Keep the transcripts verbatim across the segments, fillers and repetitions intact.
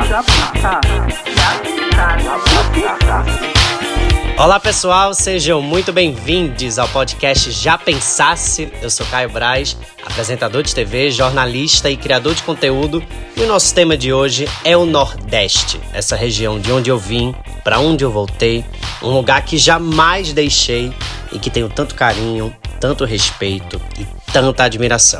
Olá pessoal, sejam muito bem-vindos ao podcast Já Pensasse. Eu sou Caio Braz, apresentador de T V, jornalista e criador de conteúdo. E o nosso tema de hoje é o Nordeste, essa região de onde eu vim, para onde eu voltei, um lugar que jamais deixei e que tenho tanto carinho, tanto respeito e tanta admiração.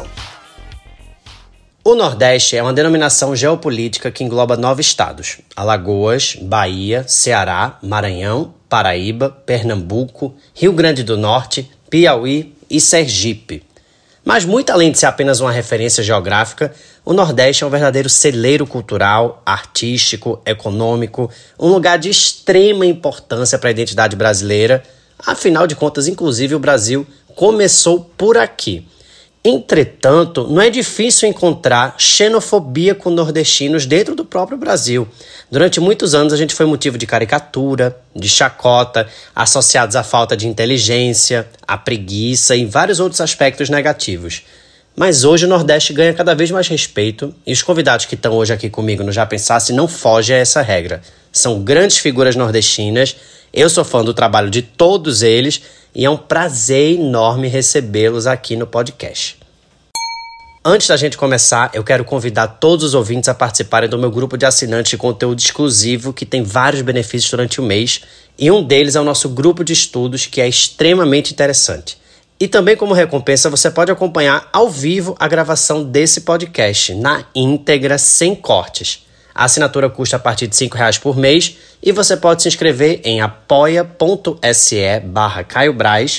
O Nordeste é uma denominação geopolítica que engloba nove estados: Alagoas, Bahia, Ceará, Maranhão, Paraíba, Pernambuco, Rio Grande do Norte, Piauí e Sergipe. Mas muito além de ser apenas uma referência geográfica, o Nordeste é um verdadeiro celeiro cultural, artístico, econômico, um lugar de extrema importância para a identidade brasileira. Afinal de contas, inclusive, o Brasil começou por aqui. Entretanto, não é difícil encontrar xenofobia com nordestinos dentro do próprio Brasil. Durante muitos anos a gente foi motivo de caricatura, de chacota, associados à falta de inteligência, à preguiça e vários outros aspectos negativos. Mas hoje o Nordeste ganha cada vez mais respeito e os convidados que estão hoje aqui comigo no Já Pensasse não fogem a essa regra. São grandes figuras nordestinas, eu sou fã do trabalho de todos eles e é um prazer enorme recebê-los aqui no podcast. Antes da gente começar, eu quero convidar todos os ouvintes a participarem do meu grupo de assinantes de conteúdo exclusivo que tem vários benefícios durante o mês, e um deles é o nosso grupo de estudos, que é extremamente interessante. E também, como recompensa, você pode acompanhar ao vivo a gravação desse podcast, na íntegra, sem cortes. A assinatura custa a partir de cinco reais por mês e você pode se inscrever em apoia.se barra Caio Braz,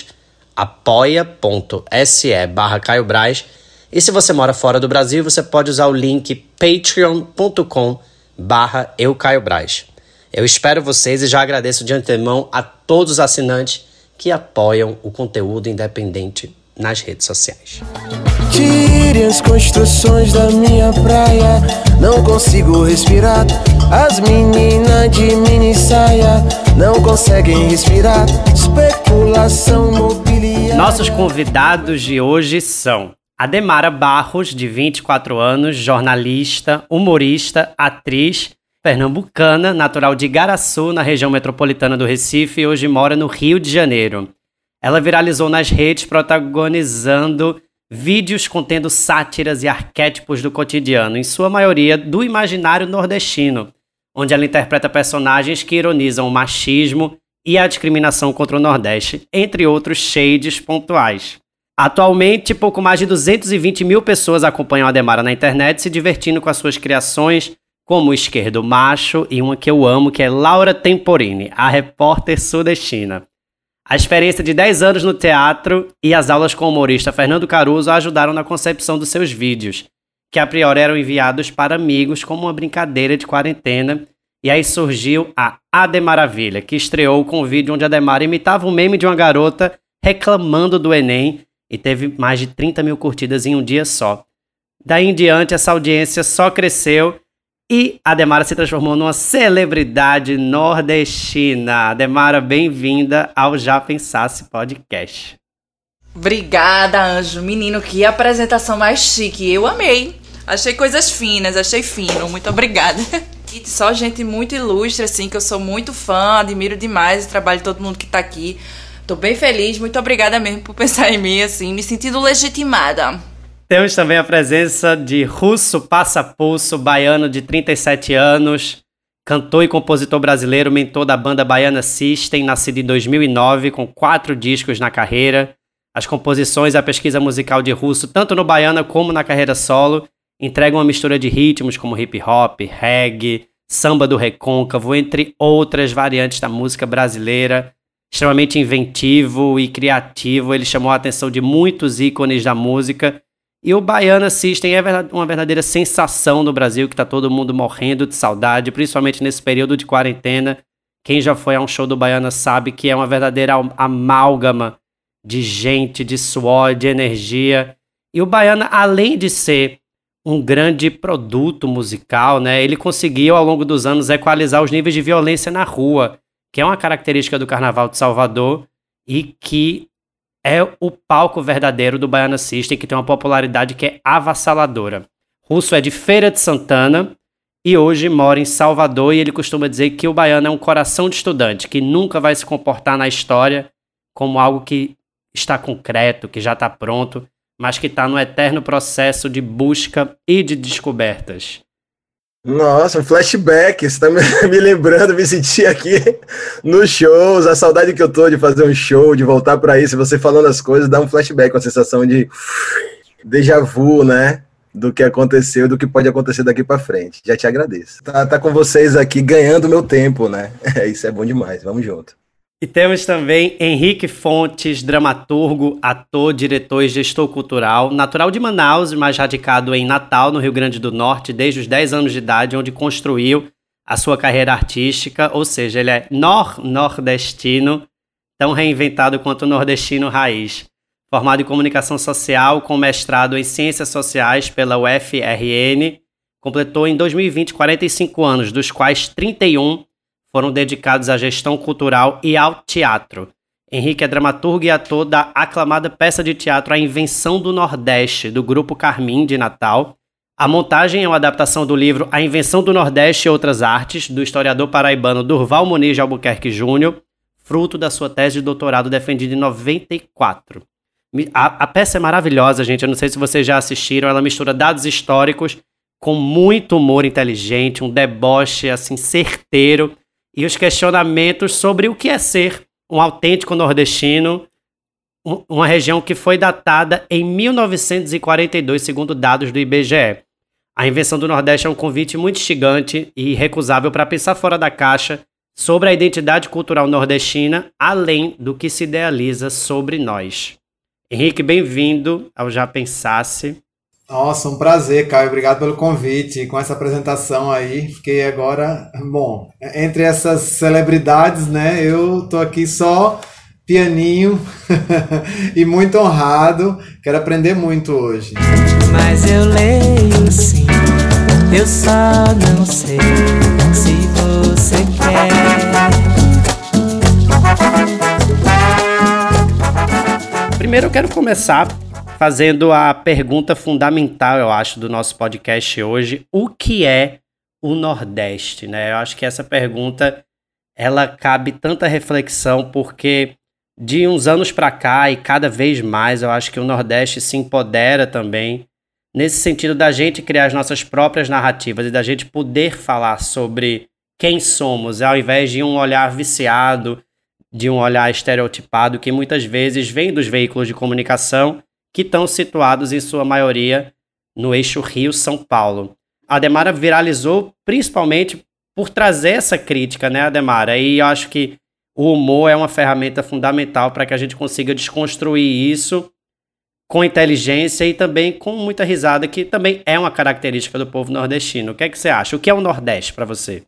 apoia.se barra Caio Braz. E se você mora fora do Brasil, você pode usar o link patreon.com barra Eu Caio Braz. Eu espero vocês e já agradeço de antemão a todos os assinantes que apoiam o conteúdo independente nas redes sociais. Tire as construções da minha praia, não consigo respirar. As meninas de mini saia não conseguem respirar. Especulação imobiliária. Nossos convidados de hoje são Ademara Barros, de vinte e quatro anos, jornalista, humorista, atriz, pernambucana, natural de Igaraçu, na região metropolitana do Recife, e hoje mora no Rio de Janeiro. Ela viralizou nas redes protagonizando vídeos contendo sátiras e arquétipos do cotidiano, em sua maioria do imaginário nordestino, onde ela interpreta personagens que ironizam o machismo e a discriminação contra o Nordeste, entre outros shades pontuais. Atualmente, pouco mais de duzentas e vinte mil pessoas acompanham a Ademara na internet, se divertindo com as suas criações, como o Esquerdo Macho e uma que eu amo, que é Laura Temporini, a repórter sudestina. A experiência de dez anos no teatro e as aulas com o humorista Fernando Caruso a ajudaram na concepção dos seus vídeos, que a priori eram enviados para amigos como uma brincadeira de quarentena, e aí surgiu a Ademaravilha, que estreou com um vídeo onde a Ademara imitava um meme de uma garota reclamando do Enem e teve mais de trinta mil curtidas em um dia só. Daí em diante, essa audiência só cresceu e a Ademara se transformou numa celebridade nordestina. Ademara, bem-vinda ao Já Pensasse Podcast. Obrigada, Anjo. Menino, que apresentação mais chique. Eu amei. Achei coisas finas, achei fino. Muito obrigada. E só gente muito ilustre, assim, que eu sou muito fã, admiro demais o trabalho de todo mundo que tá aqui. Tô bem feliz. Muito obrigada mesmo por pensar em mim, assim, me sentindo legitimada. Temos também a presença de Russo Passapulso, baiano de trinta e sete anos, cantor e compositor brasileiro, mentor da banda Baiana System, nascido em dois mil e nove, com quatro discos na carreira. As composições e a pesquisa musical de Russo, tanto no Baiana como na carreira solo, entregam uma mistura de ritmos como hip hop, reggae, samba do recôncavo, entre outras variantes da música brasileira. Extremamente inventivo e criativo, ele chamou a atenção de muitos ícones da música. E o Baiana System é uma verdadeira sensação no Brasil, que tá todo mundo morrendo de saudade, principalmente nesse período de quarentena. Quem já foi a um show do Baiana sabe que é uma verdadeira amálgama de gente, de suor, de energia. E o Baiana, além de ser um grande produto musical, né, ele conseguiu, ao longo dos anos, equalizar os níveis de violência na rua, que é uma característica do Carnaval de Salvador e que é o palco verdadeiro do Baiana System, que tem uma popularidade que é avassaladora. Russo é de Feira de Santana e hoje mora em Salvador, e ele costuma dizer que o baiano é um coração de estudante, que nunca vai se comportar na história como algo que está concreto, que já está pronto, mas que está no eterno processo de busca e de descobertas. Nossa, um flashback, você tá me, me lembrando, me senti aqui nos shows, a saudade que eu tô de fazer um show, de voltar para isso, você falando as coisas, dá um flashback, uma sensação de déjà vu, né, do que aconteceu, do que pode acontecer daqui para frente. Já te agradeço. Tá, tá com vocês aqui, ganhando meu tempo, né, isso é bom demais, vamos junto. E temos também Henrique Fontes, dramaturgo, ator, diretor e gestor cultural, natural de Manaus, mas radicado em Natal, no Rio Grande do Norte, desde os dez anos de idade, onde construiu a sua carreira artística, ou seja, ele é nor-nordestino, tão reinventado quanto o nordestino raiz. Formado em comunicação social, com mestrado em ciências sociais pela U F R N, completou em dois mil e vinte quarenta e cinco anos, dos quais trinta e um foram dedicados à gestão cultural e ao teatro. Henrique é dramaturgo e ator da aclamada peça de teatro A Invenção do Nordeste, do Grupo Carmim, de Natal. A montagem é uma adaptação do livro A Invenção do Nordeste e Outras Artes, do historiador paraibano Durval Muniz de Albuquerque Júnior, fruto da sua tese de doutorado defendida em noventa e quatro. A, a peça é maravilhosa, gente. Eu não sei se vocês já assistiram. Ela mistura dados históricos com muito humor inteligente, um deboche assim certeiro, e os questionamentos sobre o que é ser um autêntico nordestino, um, uma região que foi datada em mil novecentos e quarenta e dois, segundo dados do I B G E. A Invenção do Nordeste é um convite muito instigante e irrecusável para pensar fora da caixa sobre a identidade cultural nordestina, além do que se idealiza sobre nós. Henrique, bem-vindo ao Já Pensasse. Nossa, um prazer, Caio. Obrigado pelo convite. Com essa apresentação aí, fiquei agora... Bom, entre essas celebridades, né, eu tô aqui só pianinho e muito honrado. Quero aprender muito hoje. Mas eu leio sim, eu só não sei se você quer. Primeiro eu quero começar fazendo a pergunta fundamental, eu acho, do nosso podcast hoje. O que é o Nordeste, né? Eu acho que essa pergunta, ela cabe tanta reflexão, porque de uns anos para cá, e cada vez mais, eu acho que o Nordeste se empodera também, nesse sentido da gente criar as nossas próprias narrativas e da gente poder falar sobre quem somos, ao invés de um olhar viciado, de um olhar estereotipado, que muitas vezes vem dos veículos de comunicação, que estão situados, em sua maioria, no eixo Rio-São Paulo. A Ademara viralizou principalmente por trazer essa crítica, né, Ademara? E eu acho que o humor é uma ferramenta fundamental para que a gente consiga desconstruir isso com inteligência e também com muita risada, que também é uma característica do povo nordestino. O que é que você acha? O que é o Nordeste para você?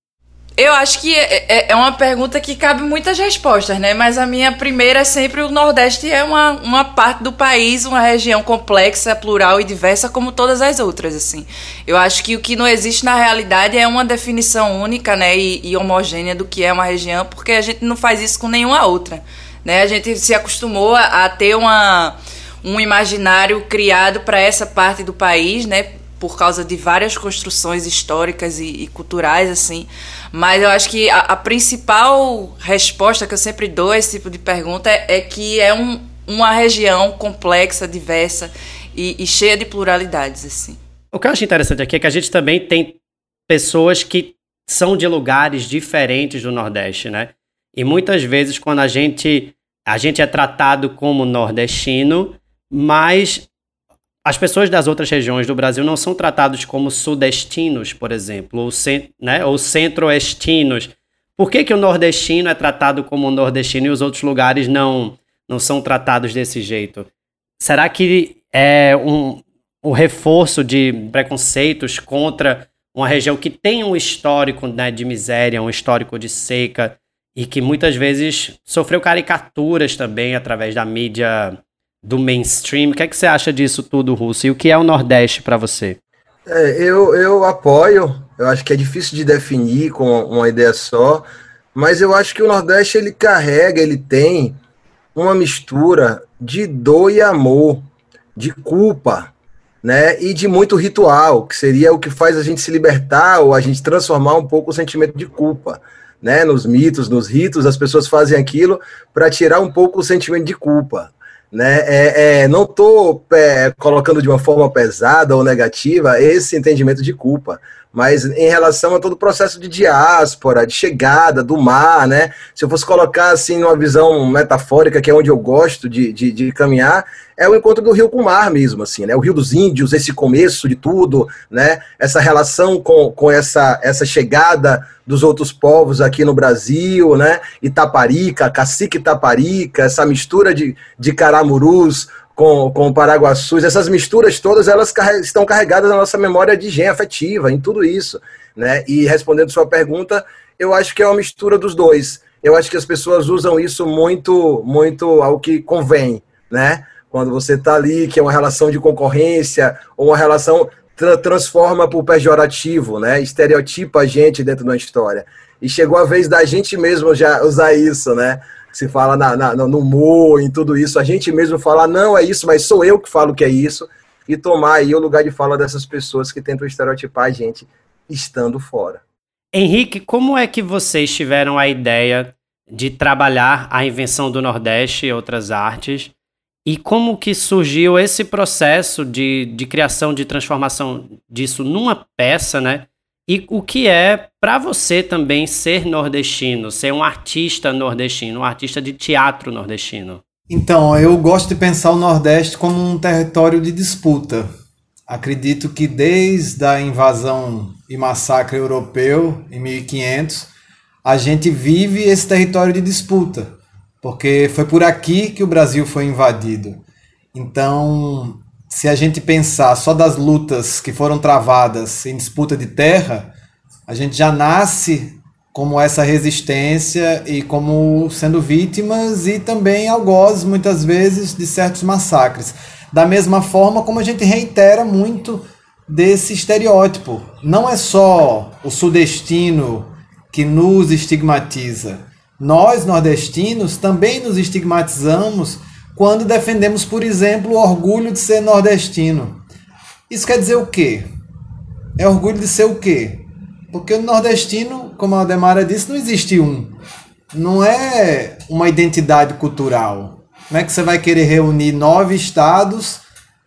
Eu acho que é, é uma pergunta que cabe muitas respostas, né? Mas a minha primeira é sempre: o Nordeste é uma, uma parte do país, uma região complexa, plural e diversa, como todas as outras, assim. Eu acho que o que não existe na realidade é uma definição única, né, e, e homogênea do que é uma região, porque a gente não faz isso com nenhuma outra, né? A gente se acostumou a, a ter uma, um imaginário criado para essa parte do país, né, por causa de várias construções históricas e, e culturais, assim. Mas eu acho que a, a principal resposta que eu sempre dou a esse tipo de pergunta é, é que é um, uma região complexa, diversa e, e cheia de pluralidades, assim. O que eu acho interessante aqui é que a gente também tem pessoas que são de lugares diferentes do Nordeste, né? E muitas vezes quando a gente, a gente é tratado como nordestino, mas as pessoas das outras regiões do Brasil não são tratados como sudestinos, por exemplo, ou, cent, né, ou centro-oestinos. Por que que o nordestino é tratado como nordestino e os outros lugares não, não são tratados desse jeito? Será que é um, um reforço de preconceitos contra uma região que tem um histórico, né, de miséria, um histórico de seca, e que muitas vezes sofreu caricaturas também através da mídia do mainstream? O que é que você acha disso tudo, Russo? E o que é o Nordeste para você? É, eu, eu apoio, eu acho que é difícil de definir com uma ideia só, mas eu acho que o Nordeste, ele carrega, ele tem uma mistura de dor e amor, de culpa, né, e de muito ritual, que seria o que faz a gente se libertar ou a gente transformar um pouco o sentimento de culpa, né, nos mitos, nos ritos, as pessoas fazem aquilo para tirar um pouco o sentimento de culpa, né, é, é, não estou é, colocando de uma forma pesada ou negativa esse entendimento de culpa, mas em relação a todo o processo de diáspora, de chegada do mar, né, se eu fosse colocar assim numa visão metafórica, que é onde eu gosto de, de, de caminhar, é o encontro do rio com o mar mesmo, assim, né, o Rio dos Índios, esse começo de tudo, né, essa relação com, com essa, essa chegada dos outros povos aqui no Brasil, né, Itaparica, Cacique Itaparica, essa mistura de, de caramurus com, com paraguaçus, essas misturas todas, elas carre- estão carregadas na nossa memória de gen afetiva, em tudo isso, né, e respondendo sua pergunta, eu acho que é uma mistura dos dois, eu acho que as pessoas usam isso muito, muito ao que convém, né, quando você está ali, que é uma relação de concorrência, ou uma relação tra- transforma para o pejorativo, né, estereotipa a gente dentro de uma história, e chegou a vez da gente mesmo já usar isso, né, se fala na, na, no humor, em tudo isso, a gente mesmo falar, não, é isso, mas sou eu que falo que é isso, e tomar aí o lugar de fala dessas pessoas que tentam estereotipar a gente estando fora. Henrique, como é que vocês tiveram a ideia de trabalhar a invenção do Nordeste e outras artes, e como que surgiu esse processo de, de criação, de transformação disso numa peça, né? E o que é para você também ser nordestino, ser um artista nordestino, um artista de teatro nordestino? Então, eu gosto de pensar o Nordeste como um território de disputa. Acredito que desde a invasão e massacre europeu, em mil e quinhentos, a gente vive esse território de disputa, porque foi por aqui que o Brasil foi invadido. Então, se a gente pensar só das lutas que foram travadas em disputa de terra, a gente já nasce como essa resistência e como sendo vítimas e também algozes, muitas vezes, de certos massacres. Da mesma forma como a gente reitera muito desse estereótipo. Não é só o sudestino que nos estigmatiza. Nós, nordestinos, também nos estigmatizamos quando defendemos, por exemplo, o orgulho de ser nordestino. Isso quer dizer o quê? É orgulho de ser o quê? Porque o nordestino, como a Aldemara disse, não existe um. Não é uma identidade cultural. Não é que você vai querer reunir nove estados,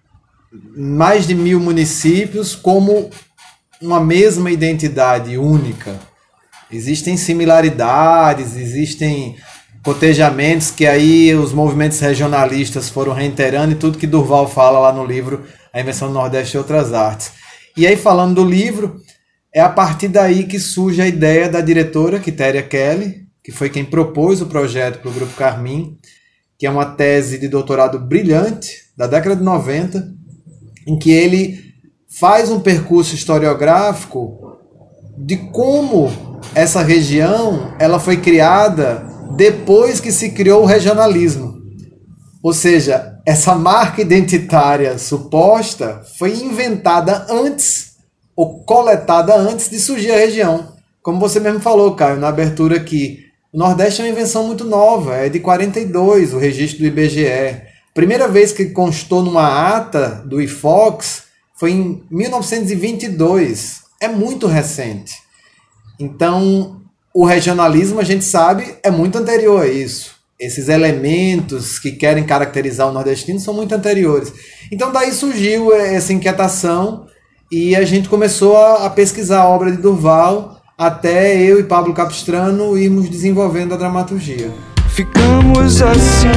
mais de mil municípios, como uma mesma identidade única. Existem similaridades, existem cotejamentos que aí os movimentos regionalistas foram reiterando e tudo que Durval fala lá no livro A Invenção do Nordeste e Outras Artes. E aí, falando do livro, é a partir daí que surge a ideia da diretora, Quitéria Kelly, que foi quem propôs o projeto para o Grupo Carmim, que é uma tese de doutorado brilhante, da década de noventa, em que ele faz um percurso historiográfico de como essa região ela foi criada depois que se criou o regionalismo. Ou seja, essa marca identitária suposta foi inventada antes, ou coletada antes de surgir a região. Como você mesmo falou, Caio, na abertura aqui, o Nordeste é uma invenção muito nova, é de quarenta e dois, o registro do I B G E. Primeira vez que constou numa ata do I F O X foi em mil novecentos e vinte e dois, é muito recente. Então, o regionalismo, a gente sabe, é muito anterior a isso. Esses elementos que querem caracterizar o nordestino são muito anteriores. Então, daí surgiu essa inquietação e a gente começou a, a pesquisar a obra de Durval, até eu e Pablo Capistrano irmos desenvolvendo a dramaturgia. Ficamos assim,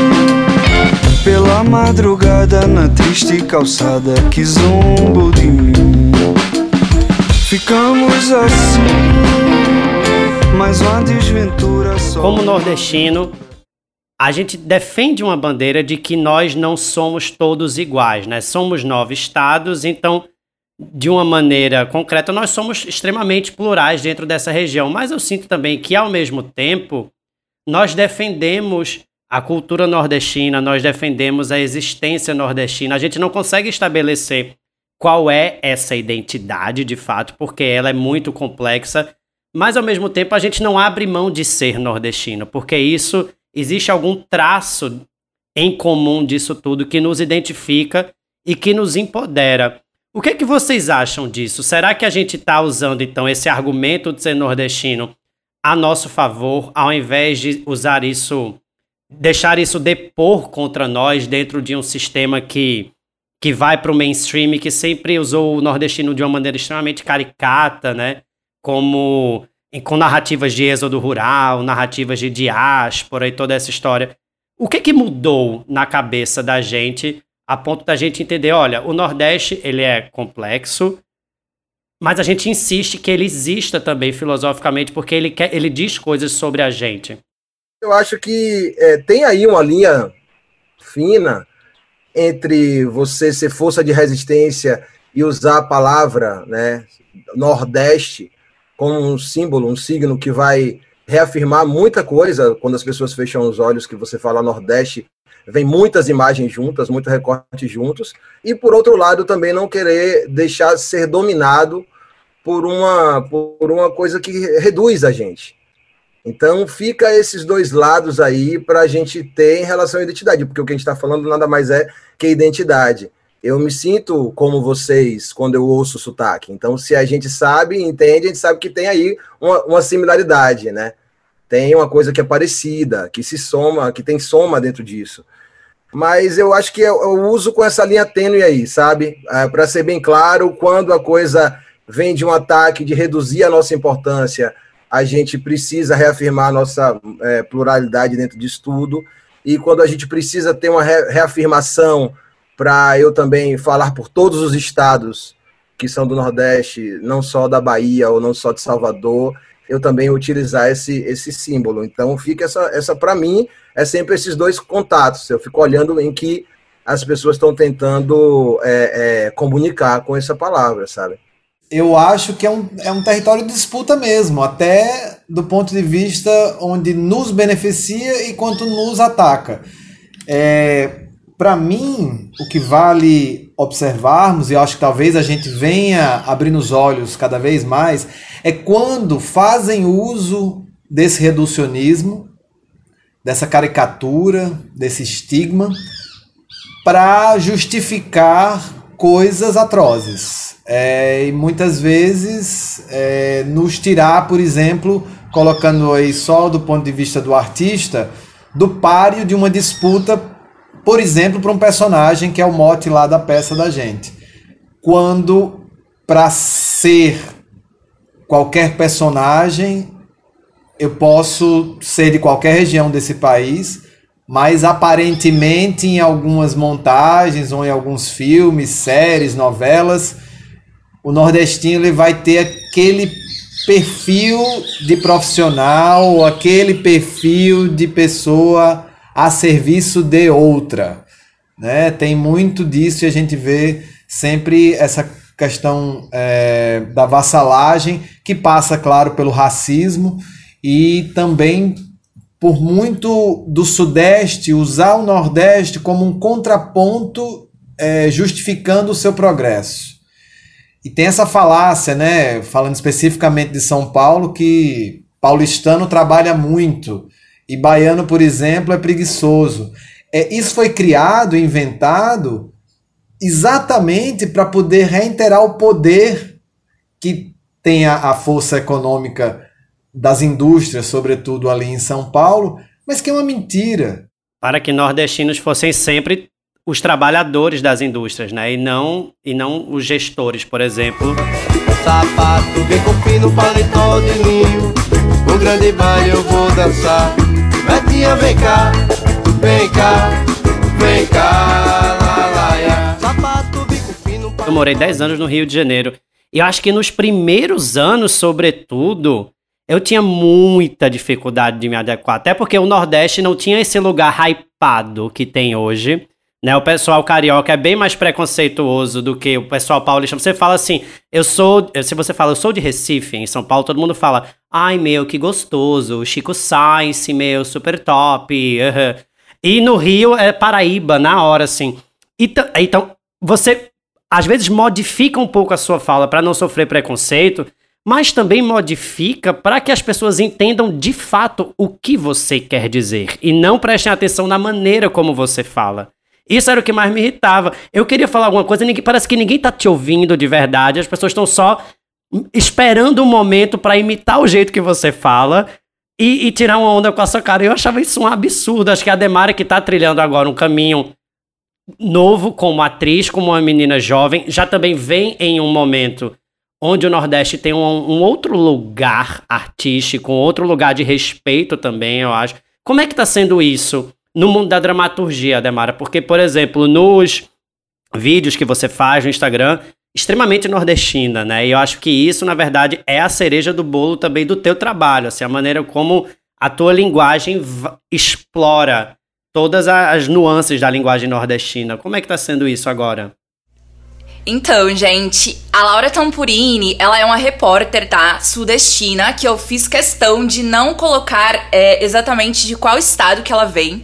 pela madrugada na triste calçada que zombou de mim. Ficamos assim, mais uma desventura só. Como nordestino, a gente defende uma bandeira de que nós não somos todos iguais, né? Somos nove estados, então, de uma maneira concreta, nós somos extremamente plurais dentro dessa região. Mas eu sinto também que, ao mesmo tempo, nós defendemos a cultura nordestina, nós defendemos a existência nordestina. A gente não consegue estabelecer qual é essa identidade, de fato, porque ela é muito complexa, mas, ao mesmo tempo, a gente não abre mão de ser nordestino, porque isso, existe algum traço em comum disso tudo que nos identifica e que nos empodera. O que é que vocês acham disso? Será que a gente está usando, então, esse argumento de ser nordestino a nosso favor, ao invés de usar isso, deixar isso depor contra nós dentro de um sistema que, que vai para o mainstream e que sempre usou o nordestino de uma maneira extremamente caricata, né? Como com narrativas de êxodo rural, narrativas de diáspora e toda essa história. O que que mudou na cabeça da gente a ponto da gente entender, olha, o Nordeste, ele é complexo, mas a gente insiste que ele exista também filosoficamente, porque ele, quer, ele diz coisas sobre a gente. Eu acho que é, tem aí uma linha fina entre você ser força de resistência e usar a palavra, né, Nordeste como um símbolo, um signo que vai reafirmar muita coisa. Quando as pessoas fecham os olhos que você fala Nordeste, vem muitas imagens juntas, muitos recortes juntos, e por outro lado também não querer deixar ser dominado por uma, por uma coisa que reduz a gente. Então fica esses dois lados aí para a gente ter em relação à identidade, porque o que a gente está falando nada mais é que identidade. Eu me sinto como vocês quando eu ouço sotaque, então se a gente sabe, entende, a gente sabe que tem aí uma, uma similaridade, né? Tem uma coisa que é parecida, que se soma, que tem soma dentro disso. Mas eu acho que eu, eu uso com essa linha tênue aí, sabe? É, para ser bem claro, quando a coisa vem de um ataque de reduzir a nossa importância, a gente precisa reafirmar a nossa é, pluralidade dentro disso tudo. E quando a gente precisa ter uma re- reafirmação para eu também falar por todos os estados que são do Nordeste, não só da Bahia ou não só de Salvador, eu também utilizar esse, esse símbolo. Então, fica essa, essa para mim, é sempre esses dois contatos. Eu fico olhando em que as pessoas estão tentando é, é, comunicar com essa palavra, sabe? Eu acho que é um, é um território de disputa mesmo, até do ponto de vista onde nos beneficia e quanto nos ataca. É, para mim, o que vale observarmos, e eu acho que talvez a gente venha abrindo os olhos cada vez mais, é quando fazem uso desse reducionismo, dessa caricatura, desse estigma, para justificar coisas atrozes. É, e muitas vezes é, nos tirar, por exemplo, colocando aí só do ponto de vista do artista, do páreo de uma disputa, por exemplo, para um personagem que é o mote lá da peça da gente. Quando, para ser qualquer personagem, eu posso ser de qualquer região desse país, mas aparentemente em algumas montagens ou em alguns filmes, séries, novelas, o nordestino ele vai ter aquele perfil de profissional, aquele perfil de pessoa a serviço de outra, né? Tem muito disso e a gente vê sempre essa questão é, da vassalagem, que passa, claro, pelo racismo e também por muito do Sudeste usar o Nordeste como um contraponto é, justificando o seu progresso. E tem essa falácia, né, falando especificamente de São Paulo, que paulistano trabalha muito e baiano, por exemplo, é preguiçoso. É, isso foi criado, inventado, exatamente para poder reiterar o poder que tem a, a força econômica das indústrias, sobretudo ali em São Paulo, mas que é uma mentira. Para que nordestinos fossem sempre os trabalhadores das indústrias, né? E não, e não os gestores, por exemplo. Sapato bem com fino, paletó de linho, um grande baile eu vou dançar. Betinha, vem cá, vem cá, vem cá, lá, lá, lá. Sapato bem com fino, paletó. Eu morei dez anos no Rio de Janeiro. E eu acho que nos primeiros anos, sobretudo, eu tinha muita dificuldade de me adequar. Até porque o Nordeste não tinha esse lugar hypado que tem hoje. Né, o pessoal carioca é bem mais preconceituoso do que o pessoal paulista. Você fala assim, eu sou... Se você fala, eu sou de Recife, em São Paulo, todo mundo fala, ai, meu, que gostoso, Chico Sainz, meu, super top. Uhum. E no Rio é Paraíba, na hora, assim. Então, então, você, às vezes, modifica um pouco a sua fala para não sofrer preconceito, mas também modifica para que as pessoas entendam de fato o que você quer dizer e não prestem atenção na maneira como você fala. Isso era o que mais me irritava. Eu queria falar alguma coisa, ninguém, parece que ninguém tá te ouvindo de verdade, as pessoas estão só esperando um momento pra imitar o jeito que você fala e, e tirar uma onda com a sua cara. Eu achava isso um absurdo. Acho que a Demara, que tá trilhando agora um caminho novo como atriz, como uma menina jovem, já também vem em um momento onde o Nordeste tem um, um outro lugar artístico, um outro lugar de respeito também, eu acho. Como é que tá sendo isso no mundo da dramaturgia, Demara? Porque, por exemplo, nos vídeos que você faz no Instagram, extremamente nordestina, né? E eu acho que isso, na verdade, é a cereja do bolo também do teu trabalho, assim, a maneira como a tua linguagem explora todas as nuances da linguagem nordestina. Como é que tá sendo isso agora? Então, gente, a Laura Tampurini, ela é uma repórter, tá, sudestina, que eu fiz questão de não colocar é, exatamente de qual estado que ela vem,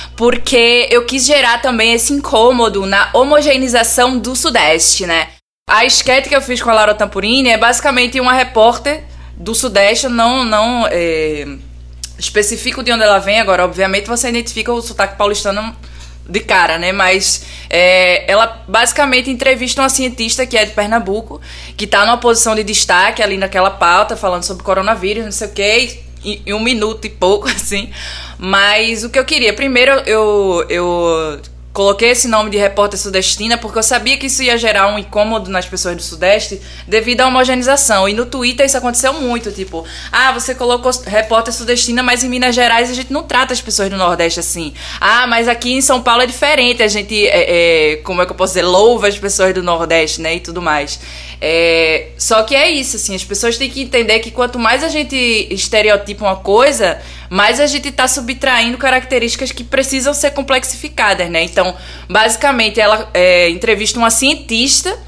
porque eu quis gerar também esse incômodo na homogeneização do Sudeste, né? A esquete que eu fiz com a Laura Tampurini é basicamente uma repórter do Sudeste, não, não é, especifico de onde ela vem. Agora, obviamente, você identifica o sotaque paulistano de cara, né? Mas é, ela basicamente entrevista uma cientista que é de Pernambuco, que tá numa posição de destaque ali naquela pauta, falando sobre coronavírus, não sei o quê, em, em um minuto e pouco, assim. Mas o que eu queria, primeiro eu, eu coloquei esse nome de repórter sudestina porque eu sabia que isso ia gerar um incômodo nas pessoas do Sudeste devido à homogeneização. E no Twitter isso aconteceu muito, tipo, ah, você colocou repórter sudestina, mas em Minas Gerais a gente não trata as pessoas do Nordeste assim. Ah, mas aqui em São Paulo é diferente, a gente, é, é, como é que eu posso dizer, louva as pessoas do Nordeste, né, e tudo mais. É, só que é isso, assim, as pessoas têm que entender que quanto mais a gente estereotipa uma coisa, mais a gente tá subtraindo características que precisam ser complexificadas, né? Então, basicamente, ela é, entrevista uma cientista,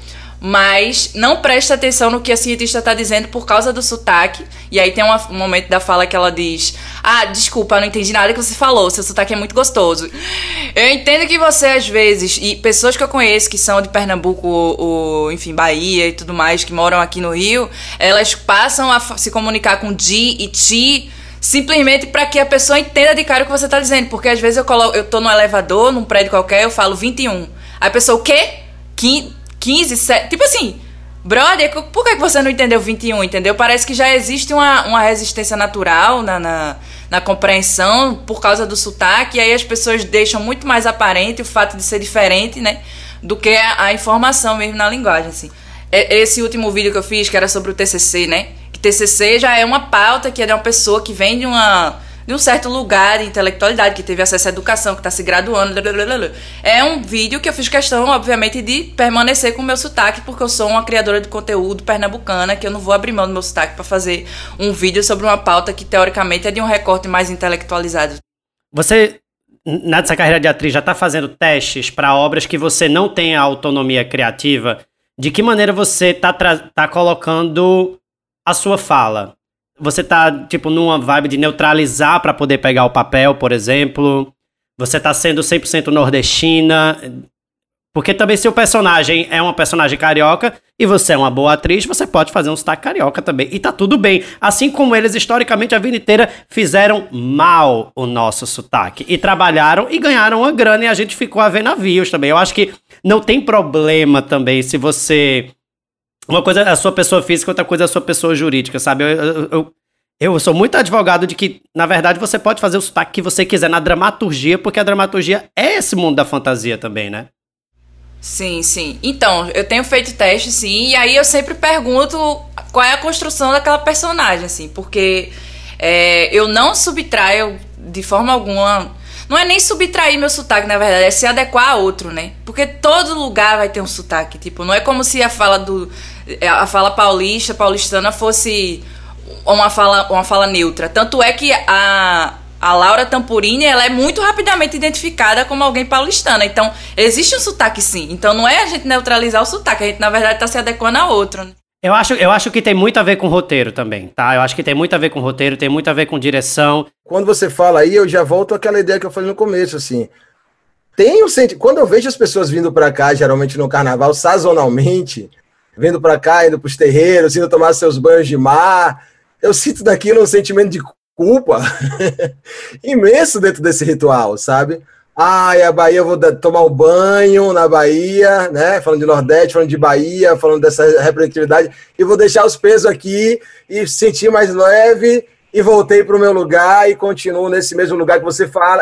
mas não presta atenção no que a cientista tá dizendo por causa do sotaque. E aí tem uma, um momento da fala que ela diz: ah, desculpa, não entendi nada que você falou, seu sotaque é muito gostoso. Eu entendo que você, às vezes, e pessoas que eu conheço que são de Pernambuco, ou, ou enfim, Bahia e tudo mais, que moram aqui no Rio, elas passam a se comunicar com di e ti, simplesmente para que a pessoa entenda de cara o que você tá dizendo. Porque às vezes eu coloco, eu tô no elevador, num prédio qualquer, eu falo vinte e um. Aí a pessoa, o quê? quinze, sete, tipo assim, brother, por que você não entendeu vinte e um, entendeu? Parece que já existe uma, uma resistência natural na, na, na compreensão por causa do sotaque, e aí as pessoas deixam muito mais aparente o fato de ser diferente, né, do que a, a informação mesmo na linguagem, assim. Esse último vídeo que eu fiz, que era sobre o T C C, né, que T C C já é uma pauta que é de uma pessoa que vem de uma... de um certo lugar de intelectualidade, que teve acesso à educação, que está se graduando. Blablabla. É um vídeo que eu fiz questão, obviamente, de permanecer com o meu sotaque, porque eu sou uma criadora de conteúdo pernambucana, que eu não vou abrir mão do meu sotaque para fazer um vídeo sobre uma pauta que, teoricamente, é de um recorte mais intelectualizado. Você, nessa carreira de atriz, já está fazendo testes para obras que você não tem a autonomia criativa? De que maneira você está tá colocando a sua fala? Você tá, tipo, numa vibe de neutralizar pra poder pegar o papel, por exemplo? Você tá sendo cem por cento nordestina? Porque também se o personagem é uma personagem carioca e você é uma boa atriz, você pode fazer um sotaque carioca também. E tá tudo bem. Assim como eles, historicamente, a vida inteira fizeram mal o nosso sotaque. E trabalharam e ganharam uma grana e a gente ficou a ver navios também. Eu acho que não tem problema também se você... Uma coisa é a sua pessoa física, outra coisa é a sua pessoa jurídica, sabe? Eu, eu, eu, eu sou muito advogado de que, na verdade, você pode fazer o sotaque que você quiser na dramaturgia, porque a dramaturgia é esse mundo da fantasia também, né? Sim, sim. Então, eu tenho feito teste, sim, e aí eu sempre pergunto qual é a construção daquela personagem, assim, porque é, eu não subtraio de forma alguma... Não é nem subtrair meu sotaque, na verdade, é se adequar a outro, né? Porque todo lugar vai ter um sotaque, tipo, não é como se a fala do... a fala paulista, paulistana fosse uma fala, uma fala neutra. Tanto é que a, a Laura Tampurini, ela é muito rapidamente identificada como alguém paulistana. Então, existe um sotaque, sim. Então, não é a gente neutralizar o sotaque, a gente, na verdade, tá se adequando a outro, né? Eu acho, eu acho que tem muito a ver com roteiro também, tá? Eu acho que tem muito a ver com roteiro, tem muito a ver com direção. Quando você fala aí, eu já volto àquela ideia que eu falei no começo, assim. Tem um senti- Quando eu vejo as pessoas vindo pra cá, geralmente no carnaval, sazonalmente, vindo pra cá, indo pros terreiros, indo tomar seus banhos de mar, eu sinto daquilo um sentimento de culpa imenso dentro desse ritual, sabe? Ai, a Bahia, eu vou tomar um banho na Bahia, né? Falando de Nordeste, falando de Bahia, falando dessa representatividade, e vou deixar os pesos aqui e sentir mais leve, e voltei para o meu lugar e continuo nesse mesmo lugar que você fala.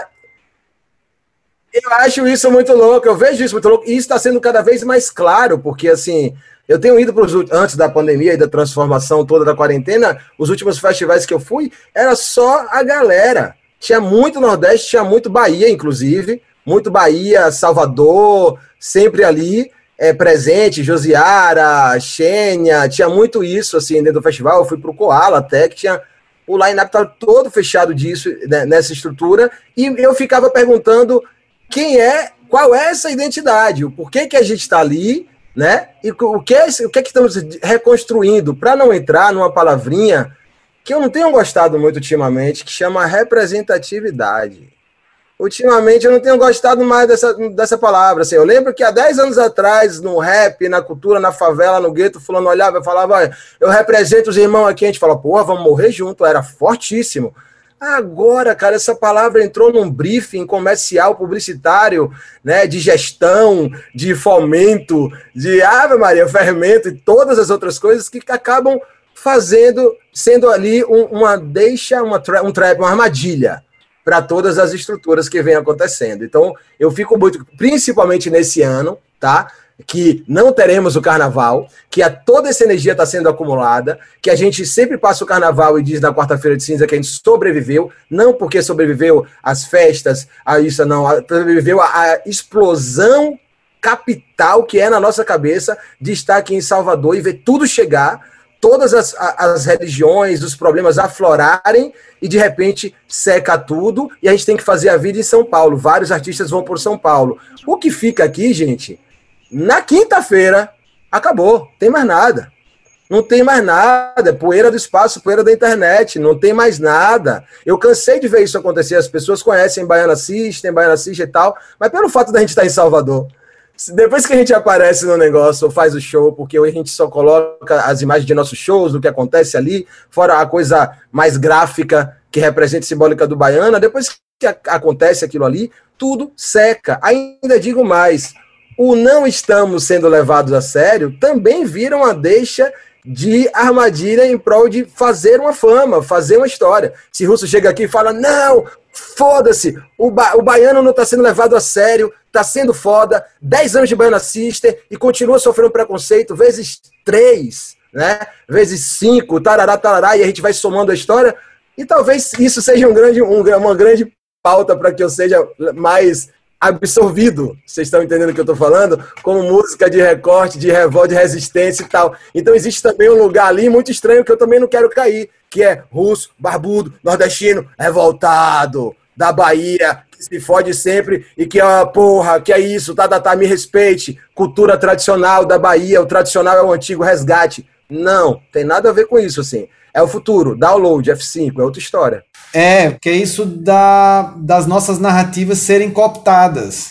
Eu acho isso muito louco, eu vejo isso muito louco, e isso está sendo cada vez mais claro, porque assim, eu tenho ido para os antes da pandemia e da transformação toda da quarentena, os últimos festivais que eu fui, era só a galera. Tinha muito Nordeste, tinha muito Bahia, inclusive, muito Bahia, Salvador, sempre ali, é, presente, Josiara, Xênia, tinha muito isso, assim, dentro do festival. Eu fui pro Koala até, que tinha, o line-up estava todo fechado disso, né, nessa estrutura, e eu ficava perguntando quem é, qual é essa identidade, o porquê que a gente está ali, né, e o que é, o que é que estamos reconstruindo, para não entrar numa palavrinha que eu não tenho gostado muito ultimamente, que chama representatividade. Ultimamente eu não tenho gostado mais dessa, dessa palavra. Assim, eu lembro que há dez anos atrás, no rap, na cultura, na favela, no gueto, fulano olhava e falava, eu represento os irmãos aqui, a gente fala, porra, vamos morrer junto, era fortíssimo. Agora, cara, essa palavra entrou num briefing comercial, publicitário, né, de gestão, de fomento, de Ave Maria, fermento e todas as outras coisas que acabam fazendo, sendo ali um, uma deixa, uma tra um trap, uma armadilha para todas as estruturas que vem acontecendo. Então, eu fico muito, principalmente nesse ano, tá? Que não teremos o carnaval, que a, toda essa energia está sendo acumulada, que a gente sempre passa o carnaval e diz na quarta-feira de cinza que a gente sobreviveu, não porque sobreviveu às festas, a isso não, a, sobreviveu à explosão capital que é na nossa cabeça de estar aqui em Salvador e ver tudo chegar, todas as, as religiões, os problemas aflorarem e de repente seca tudo e a gente tem que fazer a vida em São Paulo. Vários artistas vão por São Paulo. O que fica aqui, gente, na quinta-feira, acabou, não tem mais nada. Não tem mais nada, poeira do espaço, poeira da internet, não tem mais nada. Eu cansei de ver isso acontecer, as pessoas conhecem Baiana System, Baiana System e tal, mas pelo fato da gente estar em Salvador, depois que a gente aparece no negócio ou faz o show, porque a gente só coloca as imagens de nossos shows, do que acontece ali, fora a coisa mais gráfica que representa a simbólica do Baiana, depois que acontece aquilo ali, tudo seca. Ainda digo mais, o não estamos sendo levados a sério também vira uma deixa de armadilha em prol de fazer uma fama, fazer uma história. Se Russo chega aqui e fala, não, foda-se, o, ba o baiano não está sendo levado a sério, está sendo foda, dez anos de Baiana Sister e continua sofrendo preconceito, vezes três, né? Vezes cinco, tarará, tarará, e a gente vai somando a história, e talvez isso seja um grande, um, uma grande pauta para que eu seja mais absorvido, vocês estão entendendo o que eu estou falando? Como música de recorte, de revolta, de resistência e tal. Então existe também um lugar ali muito estranho que eu também não quero cair, que é russo, barbudo, nordestino, revoltado, da Bahia, que se fode sempre e que, ó, porra, que é isso, tá, tá, tá, me respeite, cultura tradicional da Bahia, o tradicional é o antigo resgate. Não, tem nada a ver com isso, assim. É o futuro, download, F cinco, é outra história. É, porque é isso da, das nossas narrativas serem cooptadas.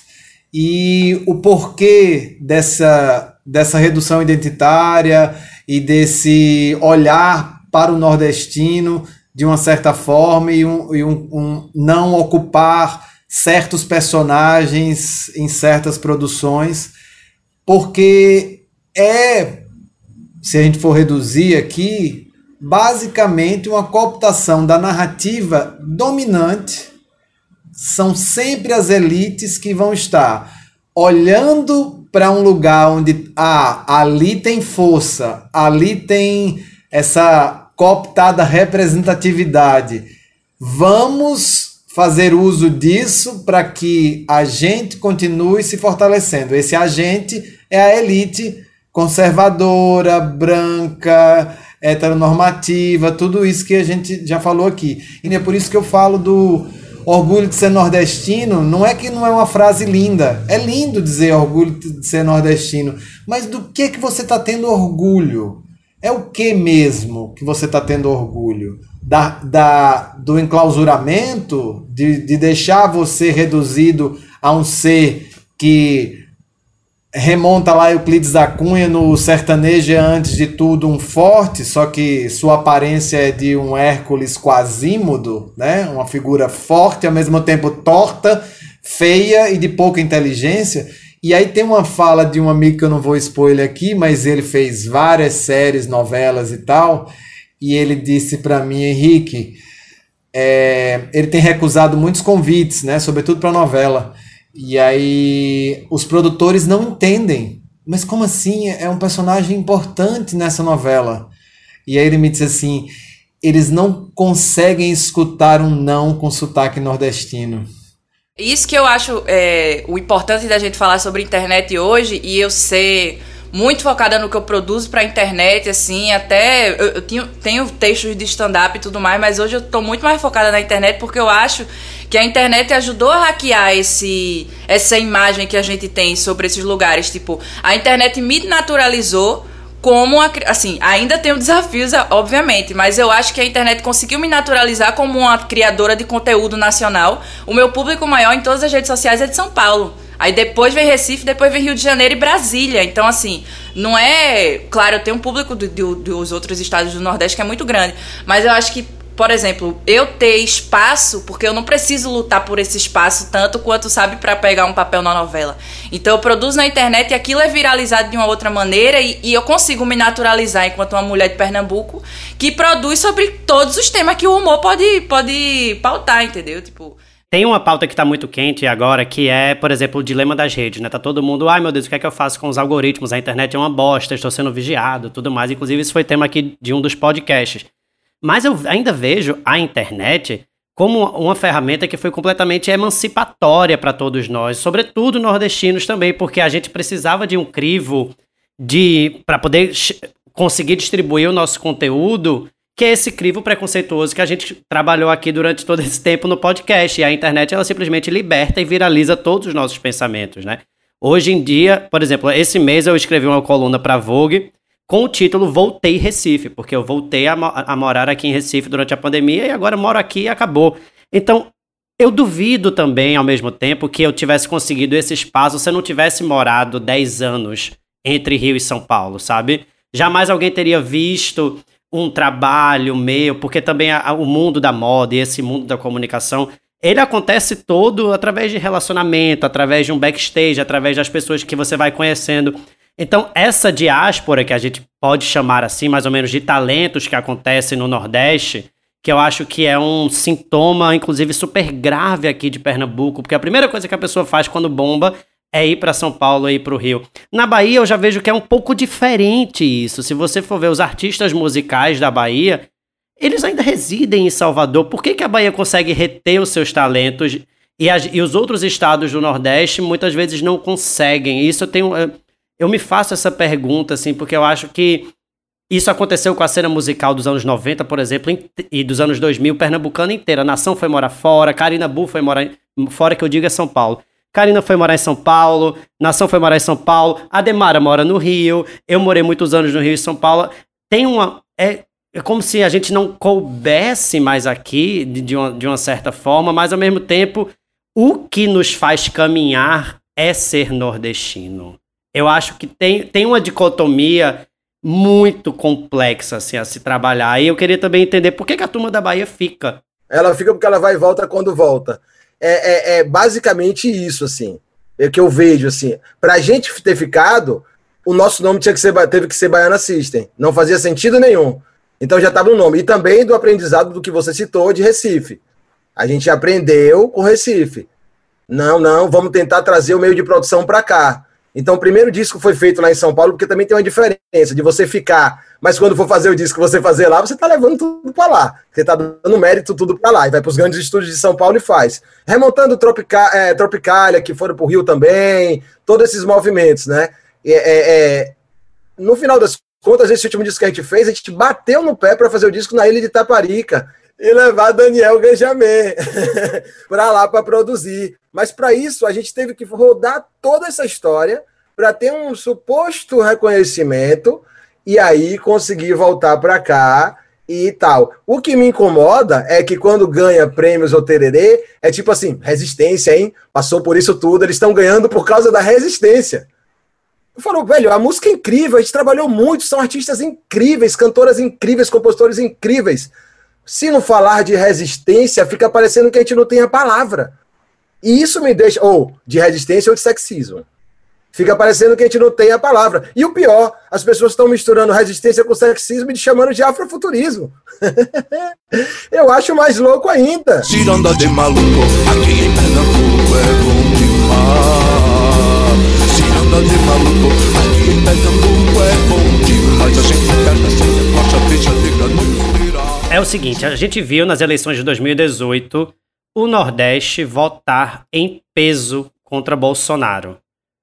E o porquê dessa, dessa redução identitária e desse olhar para o nordestino de uma certa forma e um, e um, um não ocupar certos personagens em certas produções, porque é, se a gente for reduzir aqui, basicamente uma cooptação da narrativa dominante. São sempre as elites que vão estar olhando para um lugar onde ah, ali tem força, ali tem essa cooptada representatividade. Vamos fazer uso disso para que a gente continue se fortalecendo. Esse agente é a elite conservadora, branca, heteronormativa, tudo isso que a gente já falou aqui. E é por isso que eu falo do orgulho de ser nordestino. Não é que não é uma frase linda, é lindo dizer orgulho de ser nordestino, mas do que que você está tendo orgulho? É o que mesmo que você está tendo orgulho? Da, da, do enclausuramento, de, de deixar você reduzido a um ser que remonta lá Euclides da Cunha no sertanejo é antes de tudo um forte, só que sua aparência é de um Hércules Quasímodo, né? Uma figura forte, ao mesmo tempo torta, feia e de pouca inteligência. E aí tem uma fala de um amigo que eu não vou expor ele aqui, mas ele fez várias séries, novelas e tal, e ele disse para mim, Henrique, é, ele tem recusado muitos convites, né, sobretudo para novela, e aí os produtores não entendem, mas como assim? É um personagem importante nessa novela. E aí ele me disse assim, eles não conseguem escutar um não com sotaque nordestino. Isso que eu acho é, o importante da gente falar sobre internet hoje, e eu ser muito focada no que eu produzo pra internet, assim, até eu, eu tenho, tenho textos de stand-up e tudo mais, mas hoje eu tô muito mais focada na internet porque eu acho que a internet ajudou a hackear esse, essa imagem que a gente tem sobre esses lugares. Tipo, a internet me naturalizou como, a, assim, ainda tenho desafios, obviamente, mas eu acho que a internet conseguiu me naturalizar como uma criadora de conteúdo nacional. O meu público maior em todas as redes sociais é de São Paulo. Aí depois vem Recife, depois vem Rio de Janeiro e Brasília. Então, assim, não é... Claro, eu tenho um público do, do, dos outros estados do Nordeste que é muito grande, mas eu acho que, por exemplo, eu ter espaço, porque eu não preciso lutar por esse espaço tanto quanto, sabe, para pegar um papel na novela. Então eu produzo na internet e aquilo é viralizado de uma outra maneira e, e eu consigo me naturalizar enquanto uma mulher de Pernambuco que produz sobre todos os temas que o humor pode, pode pautar, entendeu? Tipo... Tem uma pauta que tá muito quente agora, que é, por exemplo, o dilema das redes, né? Tá todo mundo, ai meu Deus, o que é que eu faço com os algoritmos? A internet é uma bosta, estou sendo vigiado, tudo mais. Inclusive, isso foi tema aqui de um dos podcasts. Mas eu ainda vejo a internet como uma ferramenta que foi completamente emancipatória para todos nós, sobretudo nordestinos também, porque a gente precisava de um crivo de para poder conseguir distribuir o nosso conteúdo, que é esse crivo preconceituoso que a gente trabalhou aqui durante todo esse tempo no podcast. E a internet, ela simplesmente liberta e viraliza todos os nossos pensamentos, né? Hoje em dia, por exemplo, esse mês eu escrevi uma coluna para a Vogue com o título Voltei Recife, porque eu voltei a, a morar aqui em Recife durante a pandemia e agora moro aqui e acabou. Então, eu duvido também, ao mesmo tempo, que eu tivesse conseguido esse espaço se eu não tivesse morado dez anos entre Rio e São Paulo, sabe? Jamais alguém teria visto um trabalho meu, porque também a, a, o mundo da moda e esse mundo da comunicação, ele acontece todo através de relacionamento, através de um backstage, através das pessoas que você vai conhecendo. Então, essa diáspora, que a gente pode chamar assim, mais ou menos, de talentos que acontecem no Nordeste, que eu acho que é um sintoma, inclusive, super grave aqui de Pernambuco, porque a primeira coisa que a pessoa faz quando bomba é ir para São Paulo, é ir para o Rio. Na Bahia, eu já vejo que é um pouco diferente isso. Se você for ver os artistas musicais da Bahia, eles ainda residem em Salvador. Por que que a Bahia consegue reter os seus talentos e, as, e os outros estados do Nordeste muitas vezes não conseguem? Isso eu tenho... Eu me faço essa pergunta, assim, porque eu acho que isso aconteceu com a cena musical dos anos noventa, por exemplo, e dos anos dois mil, pernambucana inteira. A Nação foi morar fora, Karina Bu foi morar fora, que eu digo é São Paulo. Karina foi morar em São Paulo, Nação foi morar em São Paulo, Ademara mora no Rio, eu morei muitos anos no Rio e São Paulo. Tem uma... É, é como se a gente não coubesse mais aqui, de, de, uma, de uma certa forma, mas ao mesmo tempo, o que nos faz caminhar é ser nordestino. Eu acho que tem, tem uma dicotomia muito complexa assim, a se trabalhar. E eu queria também entender por que, que a turma da Bahia fica. Ela fica porque ela vai e volta quando volta. É, é, é basicamente isso, assim. É que eu vejo, assim. Pra gente ter ficado, o nosso nome tinha que ser, teve que ser Baiana System. Não fazia sentido nenhum. Então já estava no nome. E também do aprendizado do que você citou de Recife. A gente aprendeu com Recife. Não, não, vamos tentar trazer o meio de produção para cá. Então, o primeiro disco foi feito lá em São Paulo, porque também tem uma diferença de você ficar, mas quando for fazer o disco você fazer lá, você está levando tudo para lá. Você está dando mérito tudo para lá, e vai para os grandes estúdios de São Paulo e faz. Remontando Tropica, é, Tropicália, que foram para o Rio também, todos esses movimentos, né? É, é, é, no final das contas, esse último disco que a gente fez, a gente bateu no pé para fazer o disco na ilha de Itaparica e levar Daniel Ganjamin para lá para produzir. Mas para isso a gente teve que rodar toda essa história para ter um suposto reconhecimento e aí conseguir voltar para cá e tal. O que me incomoda é que quando ganha prêmios ou tererê, é tipo assim, resistência, hein? Passou por isso tudo, eles estão ganhando por causa da resistência. Eu falo, velho, a música é incrível, a gente trabalhou muito, são artistas incríveis, cantoras incríveis, compositores incríveis. Se não falar de resistência, fica parecendo que a gente não tem a palavra. E isso me deixa, ou de resistência ou de sexismo. Fica parecendo que a gente não tem a palavra. E o pior, as pessoas estão misturando resistência com sexismo e chamando de afrofuturismo. Eu acho mais louco ainda. Ciranda de maluco, aqui em Pernambuco é bom demais. Ciranda de maluco, aqui em Pernambuco é bom demais. A gente aperta sem nossa ficha de grande. É o seguinte, a gente viu nas eleições de dois mil e dezoito o Nordeste votar em peso contra Bolsonaro.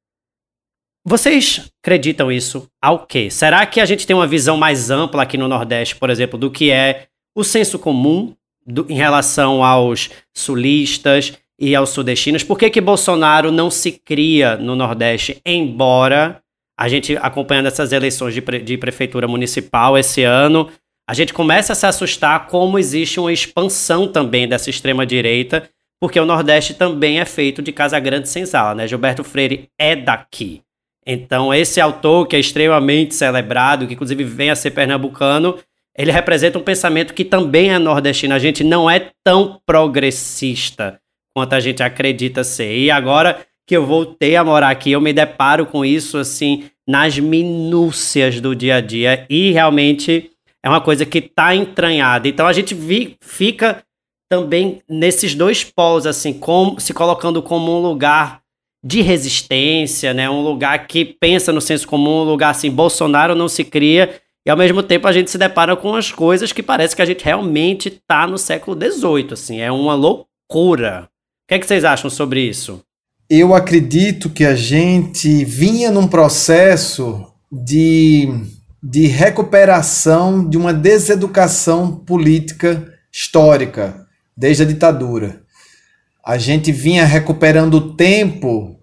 Vocês acreditam isso ao quê? Será que a gente tem uma visão mais ampla aqui no Nordeste, por exemplo, do que é o senso comum do, em relação aos sulistas e aos sudestinos? Por que que Bolsonaro não se cria no Nordeste, embora a gente, acompanhando essas eleições de, pre, de prefeitura municipal esse ano, a gente começa a se assustar como existe uma expansão também dessa extrema-direita, porque o Nordeste também é feito de Casa Grande e Senzala, né? Gilberto Freire é daqui. Então, esse autor, que é extremamente celebrado, que inclusive vem a ser pernambucano, ele representa um pensamento que também é nordestino. A gente não é tão progressista quanto a gente acredita ser. E agora que eu voltei a morar aqui, eu me deparo com isso, assim, nas minúcias do dia a dia. E realmente é uma coisa que está entranhada. Então, a gente vi, fica também nesses dois polos, assim, com, se colocando como um lugar de resistência, né? Um lugar que pensa no senso comum, um lugar assim, Bolsonaro não se cria, e ao mesmo tempo a gente se depara com as coisas que parece que a gente realmente tá no século dezoito, assim, é uma loucura. O que é que vocês acham sobre isso? Eu acredito que a gente vinha num processo de, de recuperação de uma deseducação política histórica, desde a ditadura. A gente vinha recuperando o tempo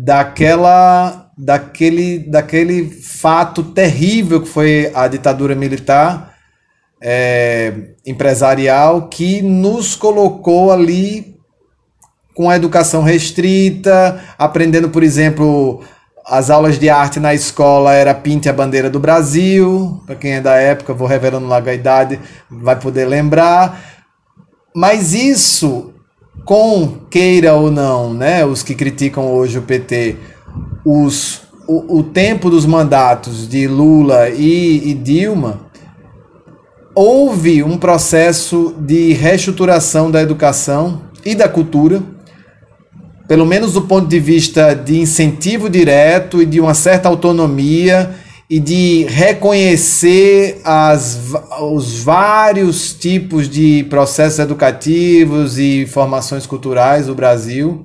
daquela, daquele, daquele fato terrível que foi a ditadura militar é, empresarial, que nos colocou ali com a educação restrita, aprendendo, por exemplo, as aulas de arte na escola era pinte a bandeira do Brasil, para quem é da época, vou revelando logo a idade, vai poder lembrar. Mas isso, com queira ou não, né, os que criticam hoje o P T, os, o, o tempo dos mandatos de Lula e, e Dilma, houve um processo de reestruturação da educação e da cultura, pelo menos do ponto de vista de incentivo direto e de uma certa autonomia e de reconhecer as, os vários tipos de processos educativos e formações culturais do Brasil.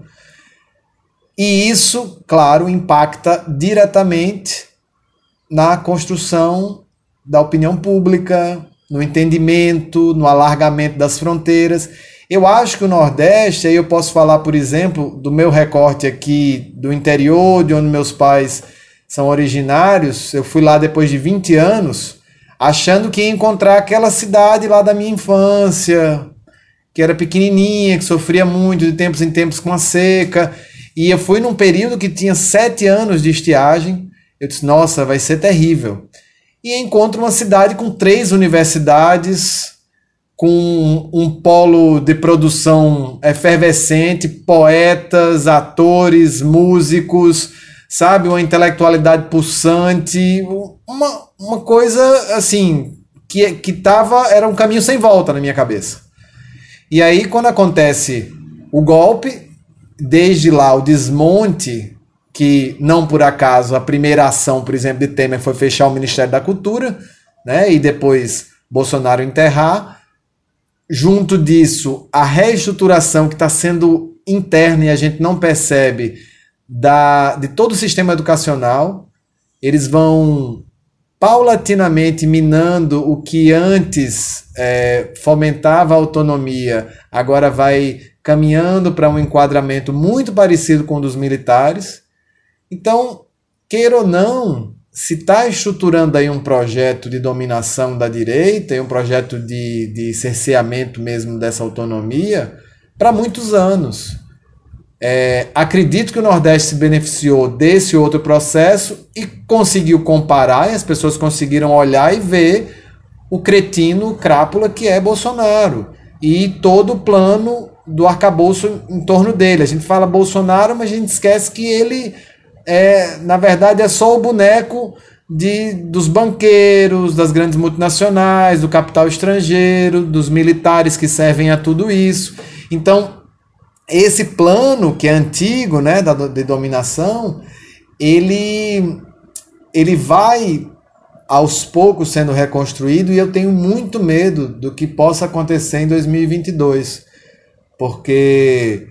E isso, claro, impacta diretamente na construção da opinião pública, no entendimento, no alargamento das fronteiras. Eu acho que o Nordeste, aí eu posso falar, por exemplo, do meu recorte aqui do interior, de onde meus pais são originários. Eu fui lá depois de vinte anos, achando que ia encontrar aquela cidade lá da minha infância, que era pequenininha, que sofria muito de tempos em tempos com a seca. E eu fui num período que tinha sete anos de estiagem. Eu disse, nossa, vai ser terrível. E encontro uma cidade com três universidades, com um polo de produção efervescente, poetas, atores, músicos, sabe, uma intelectualidade pulsante, uma, uma coisa assim, que, que tava, era um caminho sem volta na minha cabeça. E aí, quando acontece o golpe, desde lá o desmonte, que não por acaso a primeira ação, por exemplo, de Temer foi fechar o Ministério da Cultura, né, e depois Bolsonaro enterrar. Junto disso, a reestruturação que está sendo interna e a gente não percebe da, de todo o sistema educacional. Eles vão paulatinamente minando o que antes é, fomentava a autonomia, agora vai caminhando para um enquadramento muito parecido com o dos militares. Então, queira ou não, se está estruturando aí um projeto de dominação da direita e um projeto de, de cerceamento mesmo dessa autonomia para muitos anos. É, acredito que o Nordeste se beneficiou desse outro processo e conseguiu comparar, e as pessoas conseguiram olhar e ver o cretino, o crápula que é Bolsonaro, e todo o plano do arcabouço em torno dele. A gente fala Bolsonaro, mas a gente esquece que ele, é, na verdade, é só o boneco de, dos banqueiros, das grandes multinacionais, do capital estrangeiro, dos militares que servem a tudo isso. Então, esse plano, que é antigo, né, da, de dominação, ele, ele vai aos poucos sendo reconstruído, e eu tenho muito medo do que possa acontecer em dois mil e vinte e dois, porque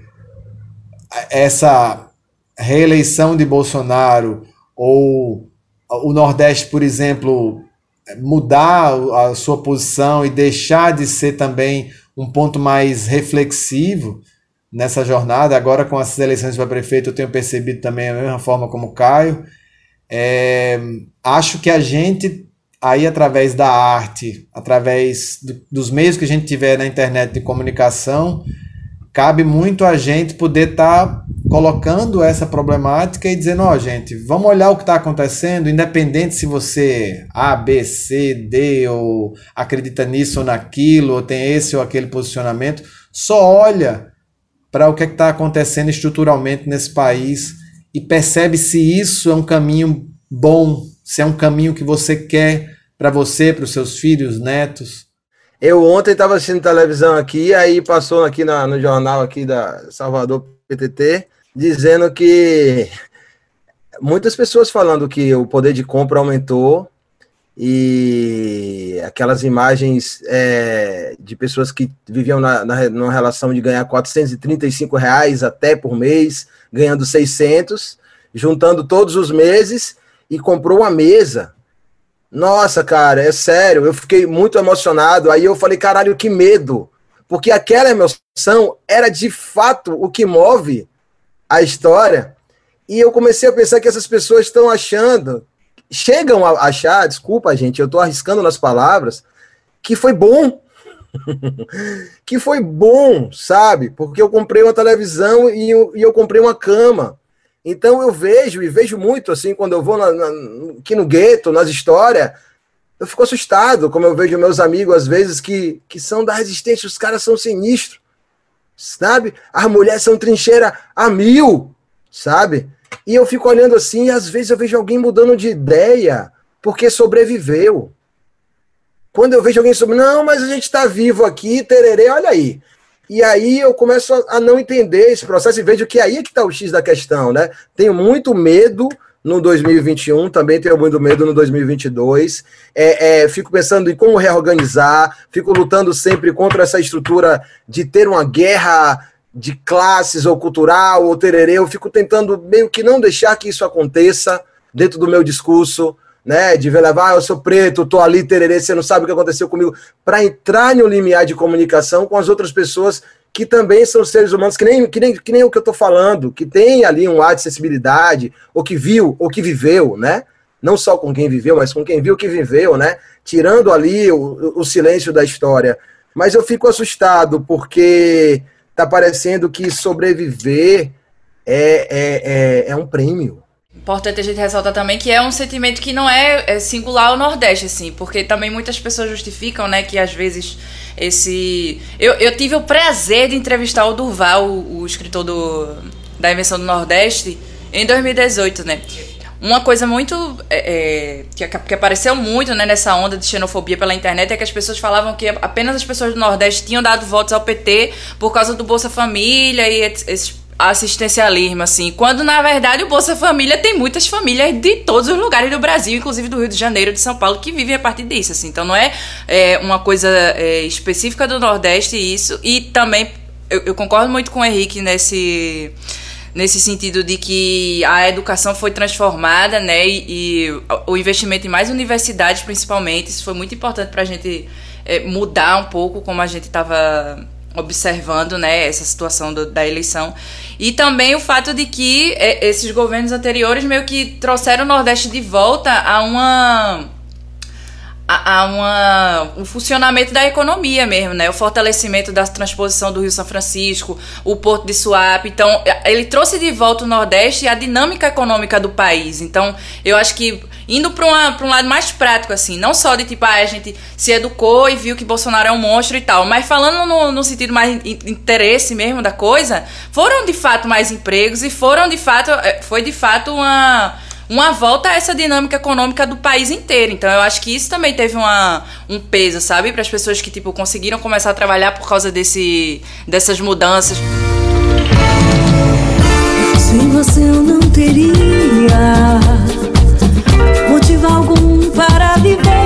essa reeleição de Bolsonaro, ou o Nordeste, por exemplo, mudar a sua posição e deixar de ser também um ponto mais reflexivo nessa jornada, agora com essas eleições para prefeito eu tenho percebido também a mesma forma como o Caio. É, acho que a gente, aí através da arte, através do, dos meios que a gente tiver na internet de comunicação, cabe muito a gente poder estar tá colocando essa problemática e dizendo, ó, oh, gente, vamos olhar o que está acontecendo, independente se você A, B, C, D, ou acredita nisso ou naquilo, ou tem esse ou aquele posicionamento, só olha para o que está acontecendo estruturalmente nesse país e percebe se isso é um caminho bom, se é um caminho que você quer para você, para os seus filhos, netos. Eu ontem estava assistindo televisão aqui, aí passou aqui na, no jornal aqui da Salvador P T T, dizendo que muitas pessoas falando que o poder de compra aumentou, e aquelas imagens é, de pessoas que viviam na, na, numa relação de ganhar quatrocentos e trinta e cinco reais até por mês, ganhando seiscentos, juntando todos os meses, e comprou uma mesa. Nossa, cara, é sério, eu fiquei muito emocionado. Aí eu falei, caralho, que medo, porque aquela emoção era de fato o que move a história. E eu comecei a pensar que essas pessoas estão achando, chegam a achar, desculpa, gente, eu estou arriscando nas palavras, que foi bom. Que foi bom, sabe? Porque eu comprei uma televisão e eu, e eu comprei uma cama. Então eu vejo, e vejo muito, assim, quando eu vou na, na, aqui no gueto, nas histórias, eu fico assustado, como eu vejo meus amigos, às vezes, que, que são da resistência, os caras são sinistros, sabe? As mulheres são trincheira a mil, sabe? E eu fico olhando assim, e às vezes eu vejo alguém mudando de ideia, porque sobreviveu. Quando eu vejo alguém sobre, não, mas a gente está vivo aqui, tererê, olha aí. E aí eu começo a, a não entender esse processo e vejo que aí é que está o X da questão, né? Tenho muito medo no dois mil e vinte e um, também tenho muito medo no dois mil e vinte e dois. É, é, fico pensando em como reorganizar, fico lutando sempre contra essa estrutura de ter uma guerra de classes ou cultural ou tererê. Eu fico tentando meio que não deixar que isso aconteça dentro do meu discurso, né, de ver levar, ah, eu sou preto, tô ali, tererê, você não sabe o que aconteceu comigo, para entrar no limiar de comunicação com as outras pessoas que também são seres humanos, que nem, que nem, que nem o que eu tô falando, que tem ali um ar de sensibilidade, ou que viu, ou que viveu, né, não só com quem viveu, mas com quem viu que viveu, né, tirando ali o, o silêncio da história. Mas eu fico assustado, porque tá parecendo que sobreviver é, é, é, é um prêmio. Importante a gente ressaltar também que é um sentimento que não é, é singular ao Nordeste, assim, porque também muitas pessoas justificam, né, que às vezes esse... Eu, eu tive o prazer de entrevistar o Durval, o, o escritor do, da Invenção do Nordeste, em dois mil e dezoito, né. Uma coisa muito... É, é, que, que apareceu muito, né, nessa onda de xenofobia pela internet é que as pessoas falavam que apenas as pessoas do Nordeste tinham dado votos ao P T por causa do Bolsa Família e esses assistencialismo, assim, quando na verdade o Bolsa Família tem muitas famílias de todos os lugares do Brasil, inclusive do Rio de Janeiro, de São Paulo, que vivem a partir disso, assim, então não é, é uma coisa é, específica do Nordeste isso, e também eu, eu concordo muito com o Henrique nesse, nesse sentido de que a educação foi transformada, né, e, e o investimento em mais universidades principalmente, isso foi muito importante pra gente é, mudar um pouco como a gente estava observando, né, essa situação do, da eleição, e também o fato de que é, esses governos anteriores meio que trouxeram o Nordeste de volta a uma a, a uma, o funcionamento da economia mesmo, né? O fortalecimento da transposição do Rio São Francisco, o Porto de Suape. Então, ele trouxe de volta o Nordeste e a dinâmica econômica do país. Então, eu acho que indo para um lado mais prático, assim, não só de tipo, ah, a gente se educou e viu que Bolsonaro é um monstro e tal, mas falando no, no sentido mais interesse mesmo da coisa, foram de fato mais empregos e foram de fato, foi de fato uma, uma volta a essa dinâmica econômica do país inteiro. Então eu acho que isso também teve uma, um peso, sabe, para as pessoas que tipo, conseguiram começar a trabalhar por causa desse, dessas mudanças. Sem você eu não teria motivo algum para viver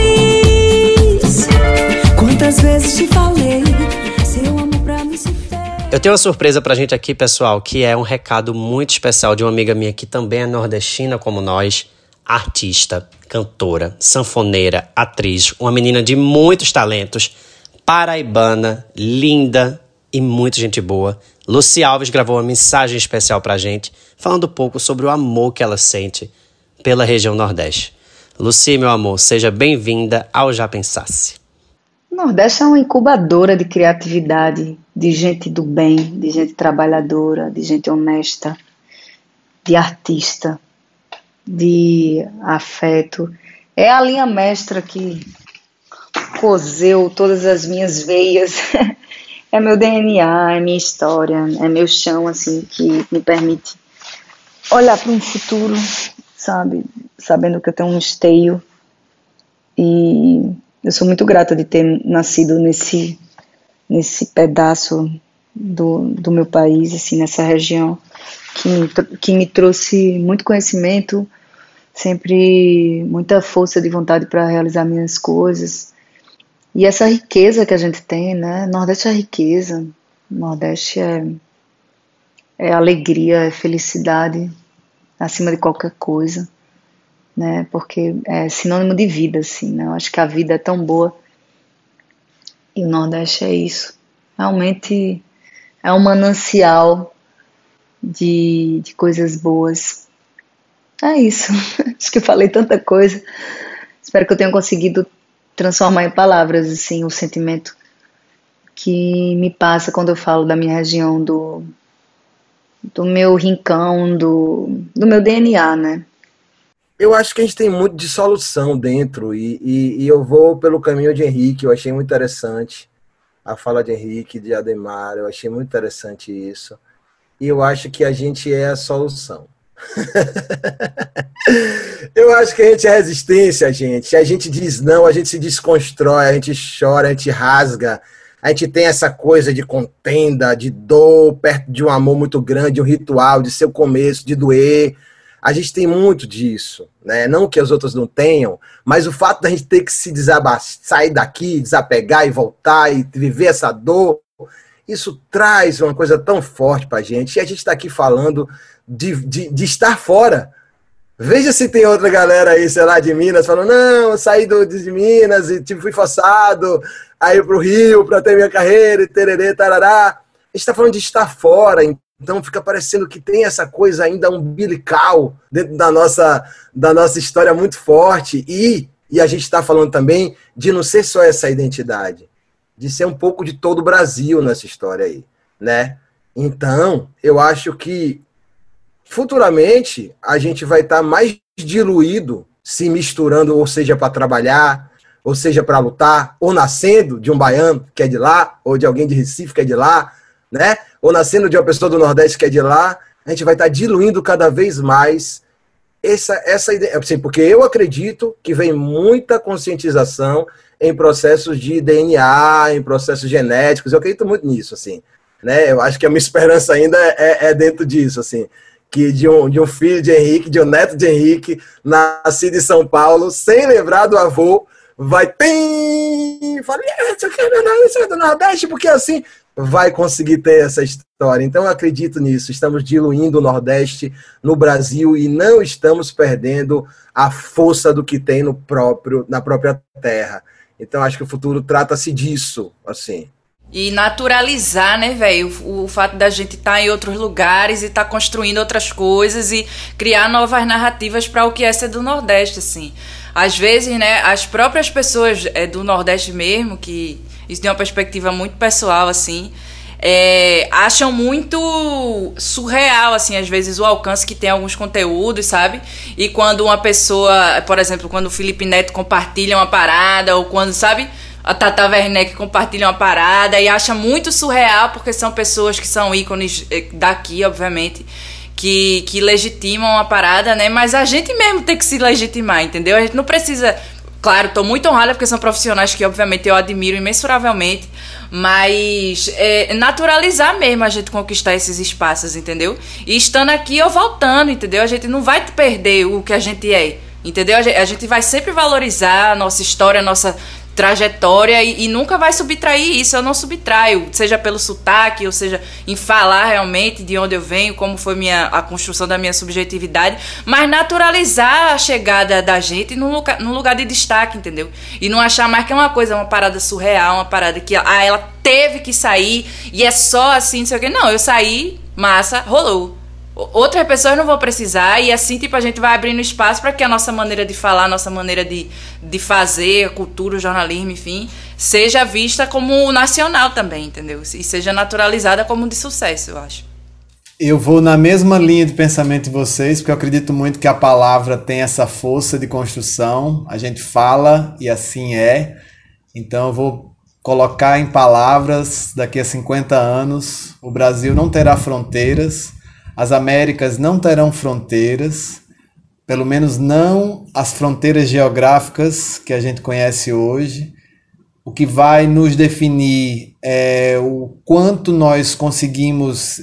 feliz. Quantas vezes te falei, seu amor pra mim se fez. Eu tenho uma surpresa pra gente aqui, pessoal, que é um recado muito especial de uma amiga minha que também é nordestina como nós, artista, cantora, sanfoneira, atriz, uma menina de muitos talentos, paraibana, linda e muito gente boa. Lucy Alves gravou uma mensagem especial pra gente, falando um pouco sobre o amor que ela sente pela região Nordeste. Lucy, meu amor, seja bem-vinda ao Já Pensasse. O Nordeste é uma incubadora de criatividade, de gente do bem, de gente trabalhadora, de gente honesta, de artista, de afeto. É a linha mestra que coseu todas as minhas veias. É meu D N A, é minha história, é meu chão, assim, que me permite olhar para um futuro, sabe, sabendo que eu tenho um esteio, e eu sou muito grata de ter nascido nesse, nesse pedaço do, do meu país, assim, nessa região, que me, que me trouxe muito conhecimento, sempre muita força de vontade para realizar minhas coisas, e essa riqueza que a gente tem, né, Nordeste é riqueza, Nordeste é, é alegria, é felicidade, acima de qualquer coisa, né, porque é sinônimo de vida, assim, né, eu acho que a vida é tão boa, e o Nordeste é isso, realmente é um manancial de, de coisas boas, é isso, acho que eu falei tanta coisa, espero que eu tenha conseguido transformar em palavras, assim, o sentimento que me passa quando eu falo da minha região, do do meu rincão, do, do meu D N A, né? Eu acho que a gente tem muito de solução dentro e, e, e eu vou pelo caminho de Henrique, eu achei muito interessante a fala de Henrique, de Ademar, eu achei muito interessante isso. E eu acho que a gente é a solução. Eu acho que a gente é resistência, gente. A gente diz não, a gente se desconstrói, a gente chora, a gente rasga. A gente tem essa coisa de contenda, de dor, perto de um amor muito grande, um ritual, de ser o começo, de doer. A gente tem muito disso, né? Não que as outras não tenham, mas o fato da gente ter que se desabar, sair daqui, desapegar e voltar e viver essa dor, isso traz uma coisa tão forte pra gente. E a gente está aqui falando de, de, de estar fora. Veja se tem outra galera aí, sei lá, de Minas, falando, não, eu saí do, de Minas e tipo, fui forçado a ir pro Rio para ter minha carreira e tererê, tarará. A gente está falando de estar fora, então fica parecendo que tem essa coisa ainda umbilical dentro da nossa, da nossa história muito forte. E, e a gente está falando também de não ser só essa identidade, de ser um pouco de todo o Brasil nessa história aí, né? Então, eu acho que futuramente a gente vai estar mais diluído, se misturando, ou seja, para trabalhar, ou seja, para lutar, ou nascendo de um baiano que é de lá, ou de alguém de Recife que é de lá, né? Ou nascendo de uma pessoa do Nordeste que é de lá, a gente vai estar diluindo cada vez mais essa, essa ideia, assim, porque eu acredito que vem muita conscientização em processos de D N A, em processos genéticos, eu acredito muito nisso, assim, né? Eu acho que a minha esperança ainda é, é dentro disso, assim, que de um, de um filho de Henrique, de um neto de Henrique, nascido em São Paulo, sem lembrar do avô, vai, tem, fala, isso aqui é do Nordeste, porque assim, vai conseguir ter essa história. Então eu acredito nisso, estamos diluindo o Nordeste no Brasil e não estamos perdendo a força do que tem no próprio, na própria terra. Então acho que o futuro trata-se disso, assim. E naturalizar, né, velho, o, o fato da gente estar tá em outros lugares e estar tá construindo outras coisas e criar novas narrativas para o que é ser do Nordeste, assim. Às vezes, né, as próprias pessoas é, do Nordeste mesmo, que isso tem uma perspectiva muito pessoal, assim, é, acham muito surreal, assim, às vezes o alcance que tem alguns conteúdos, sabe? E quando uma pessoa, por exemplo, quando o Felipe Neto compartilha uma parada, ou quando, sabe, a Tata Werneck compartilha uma parada e acha muito surreal, porque são pessoas que são ícones daqui, obviamente, que, que legitimam a parada, né? Mas a gente mesmo tem que se legitimar, entendeu? A gente não precisa... Claro, tô muito honrada porque são profissionais que, obviamente, eu admiro imensuravelmente, mas é, naturalizar mesmo a gente conquistar esses espaços, entendeu? E estando aqui ou voltando, entendeu? A gente não vai perder o que a gente é, entendeu? A gente, a gente vai sempre valorizar a nossa história, a nossa trajetória e, e nunca vai subtrair isso. Eu não subtraio, seja pelo sotaque, ou seja, em falar realmente de onde eu venho, como foi minha, a construção da minha subjetividade, mas naturalizar a chegada da gente num lugar, num lugar de destaque, entendeu? E não achar mais que é uma coisa, uma parada surreal, uma parada que ah, ela teve que sair e é só assim, não sei o que. Não, eu saí, massa, rolou. Outras pessoas não vão precisar e assim, tipo, a gente vai abrindo espaço para que a nossa maneira de falar, a nossa maneira de, de fazer, a cultura, o jornalismo, enfim, seja vista como nacional também, entendeu? E seja naturalizada como de sucesso, eu acho. Eu vou na mesma linha de pensamento de vocês, porque eu acredito muito que a palavra tem essa força de construção, a gente fala e assim é, então eu vou colocar em palavras, daqui a cinquenta anos, o Brasil não terá fronteiras, as Américas não terão fronteiras, pelo menos não as fronteiras geográficas que a gente conhece hoje. O que vai nos definir é o quanto nós conseguimos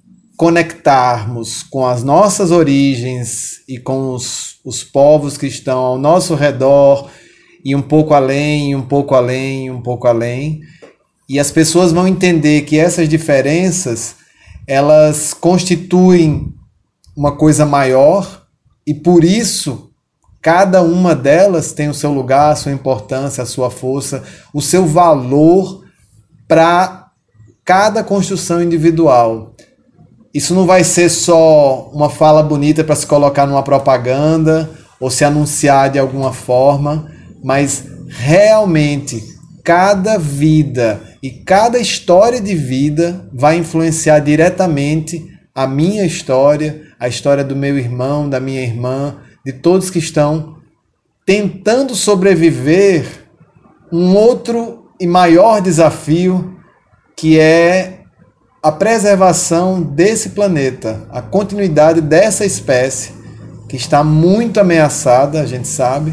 conectarmos com as nossas origens e com os, os povos que estão ao nosso redor, e um pouco além, um pouco além, um pouco além. E as pessoas vão entender que essas diferenças elas constituem uma coisa maior e por isso cada uma delas tem o seu lugar, a sua importância, a sua força, o seu valor para cada construção individual. Isso não vai ser só uma fala bonita para se colocar numa propaganda ou se anunciar de alguma forma, mas realmente cada vida e cada história de vida vai influenciar diretamente a minha história, a história do meu irmão, da minha irmã, de todos que estão tentando sobreviver um outro e maior desafio, que é a preservação desse planeta, a continuidade dessa espécie que está muito ameaçada, a gente sabe,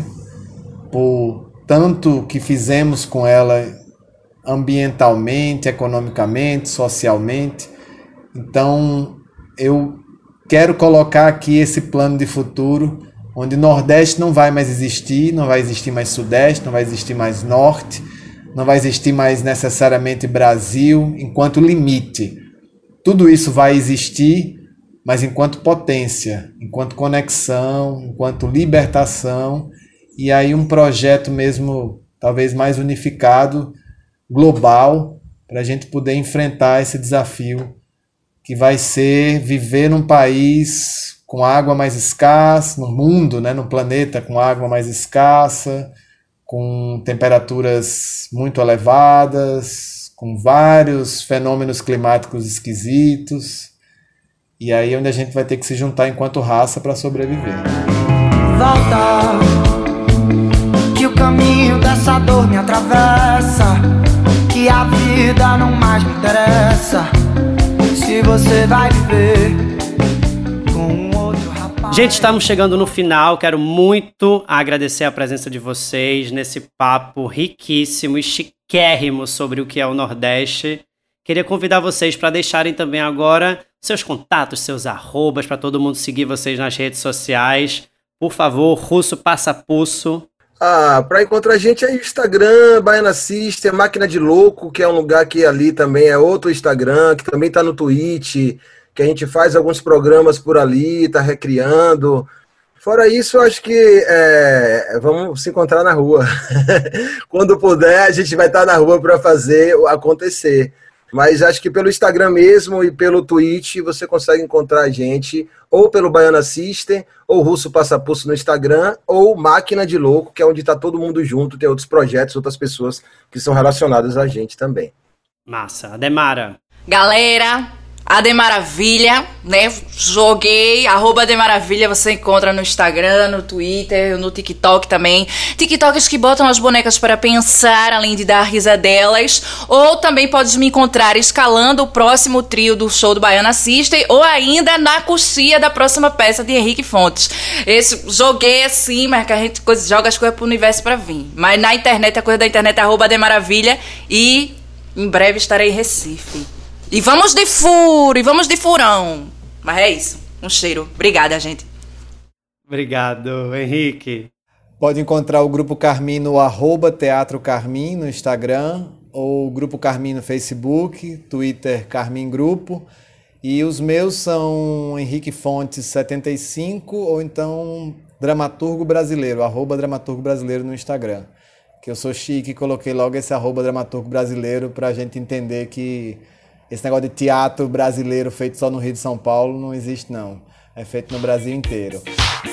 por tanto que fizemos com ela ambientalmente, economicamente, socialmente. Então, eu quero colocar aqui esse plano de futuro, onde Nordeste não vai mais existir, não vai existir mais Sudeste, não vai existir mais Norte, não vai existir mais necessariamente Brasil, enquanto limite. Tudo isso vai existir, mas enquanto potência, enquanto conexão, enquanto libertação, e aí um projeto mesmo, talvez mais unificado, global, para a gente poder enfrentar esse desafio que vai ser viver num país com água mais escassa, no mundo, né, no planeta com água mais escassa, com temperaturas muito elevadas, com vários fenômenos climáticos esquisitos, e aí é onde a gente vai ter que se juntar enquanto raça para sobreviver. Volta, que o caminho dessa dor me atravessa, que a vida não mais me interessa, se você vai viver com um outro rapaz. Gente, estamos chegando no final, quero muito agradecer a presença de vocês nesse papo riquíssimo e chiquérrimo sobre o que é o Nordeste. Queria convidar vocês para deixarem também agora seus contatos, seus arrobas, para todo mundo seguir vocês nas redes sociais. Por favor, Russo Passa Pulso. Ah, para encontrar a gente é Instagram, Baiana System, Máquina de Louco, que é um lugar que ali também é outro Instagram, que também está no Twitch, que a gente faz alguns programas por ali, está recriando. Fora isso, eu acho que é, vamos se encontrar na rua. Quando puder, a gente vai estar na rua para fazer acontecer. Mas acho que pelo Instagram mesmo e pelo Twitch você consegue encontrar a gente ou pelo Baiana System, ou Russo Passapulso no Instagram, ou Máquina de Louco, que é onde está todo mundo junto, tem outros projetos, outras pessoas que são relacionadas a gente também. Massa. Ademara. Galera, Ademaravilha, né? Joguei, arroba Ademaravilha, você encontra no Instagram, no Twitter, no TikTok também. TikToks que botam as bonecas para pensar, além de dar risadelas. Ou também podes me encontrar escalando o próximo trio do show do Baiana System, ou ainda na coxia da próxima peça de Henrique Fontes. Esse joguei assim, mas que a gente coisa, joga as coisas pro universo pra vir. Mas na internet, a coisa da internet é arroba Ademaravilha, e em breve estarei em Recife. E vamos de furo, e vamos de furão. Mas é isso. Um cheiro. Obrigada, gente. Obrigado, Henrique. Pode encontrar o Grupo Carmim no arroba Teatro Carmim no Instagram, ou o Grupo Carmim no Facebook, Twitter Carmim Grupo. E os meus são Henrique Fontes setenta e cinco, ou então Dramaturgo Brasileiro, arroba Dramaturgo Brasileiro no Instagram. Que eu sou chique e coloquei logo esse arroba Dramaturgo Brasileiro pra gente entender que esse negócio de teatro brasileiro feito só no Rio de São Paulo não existe, não. É feito no Brasil inteiro.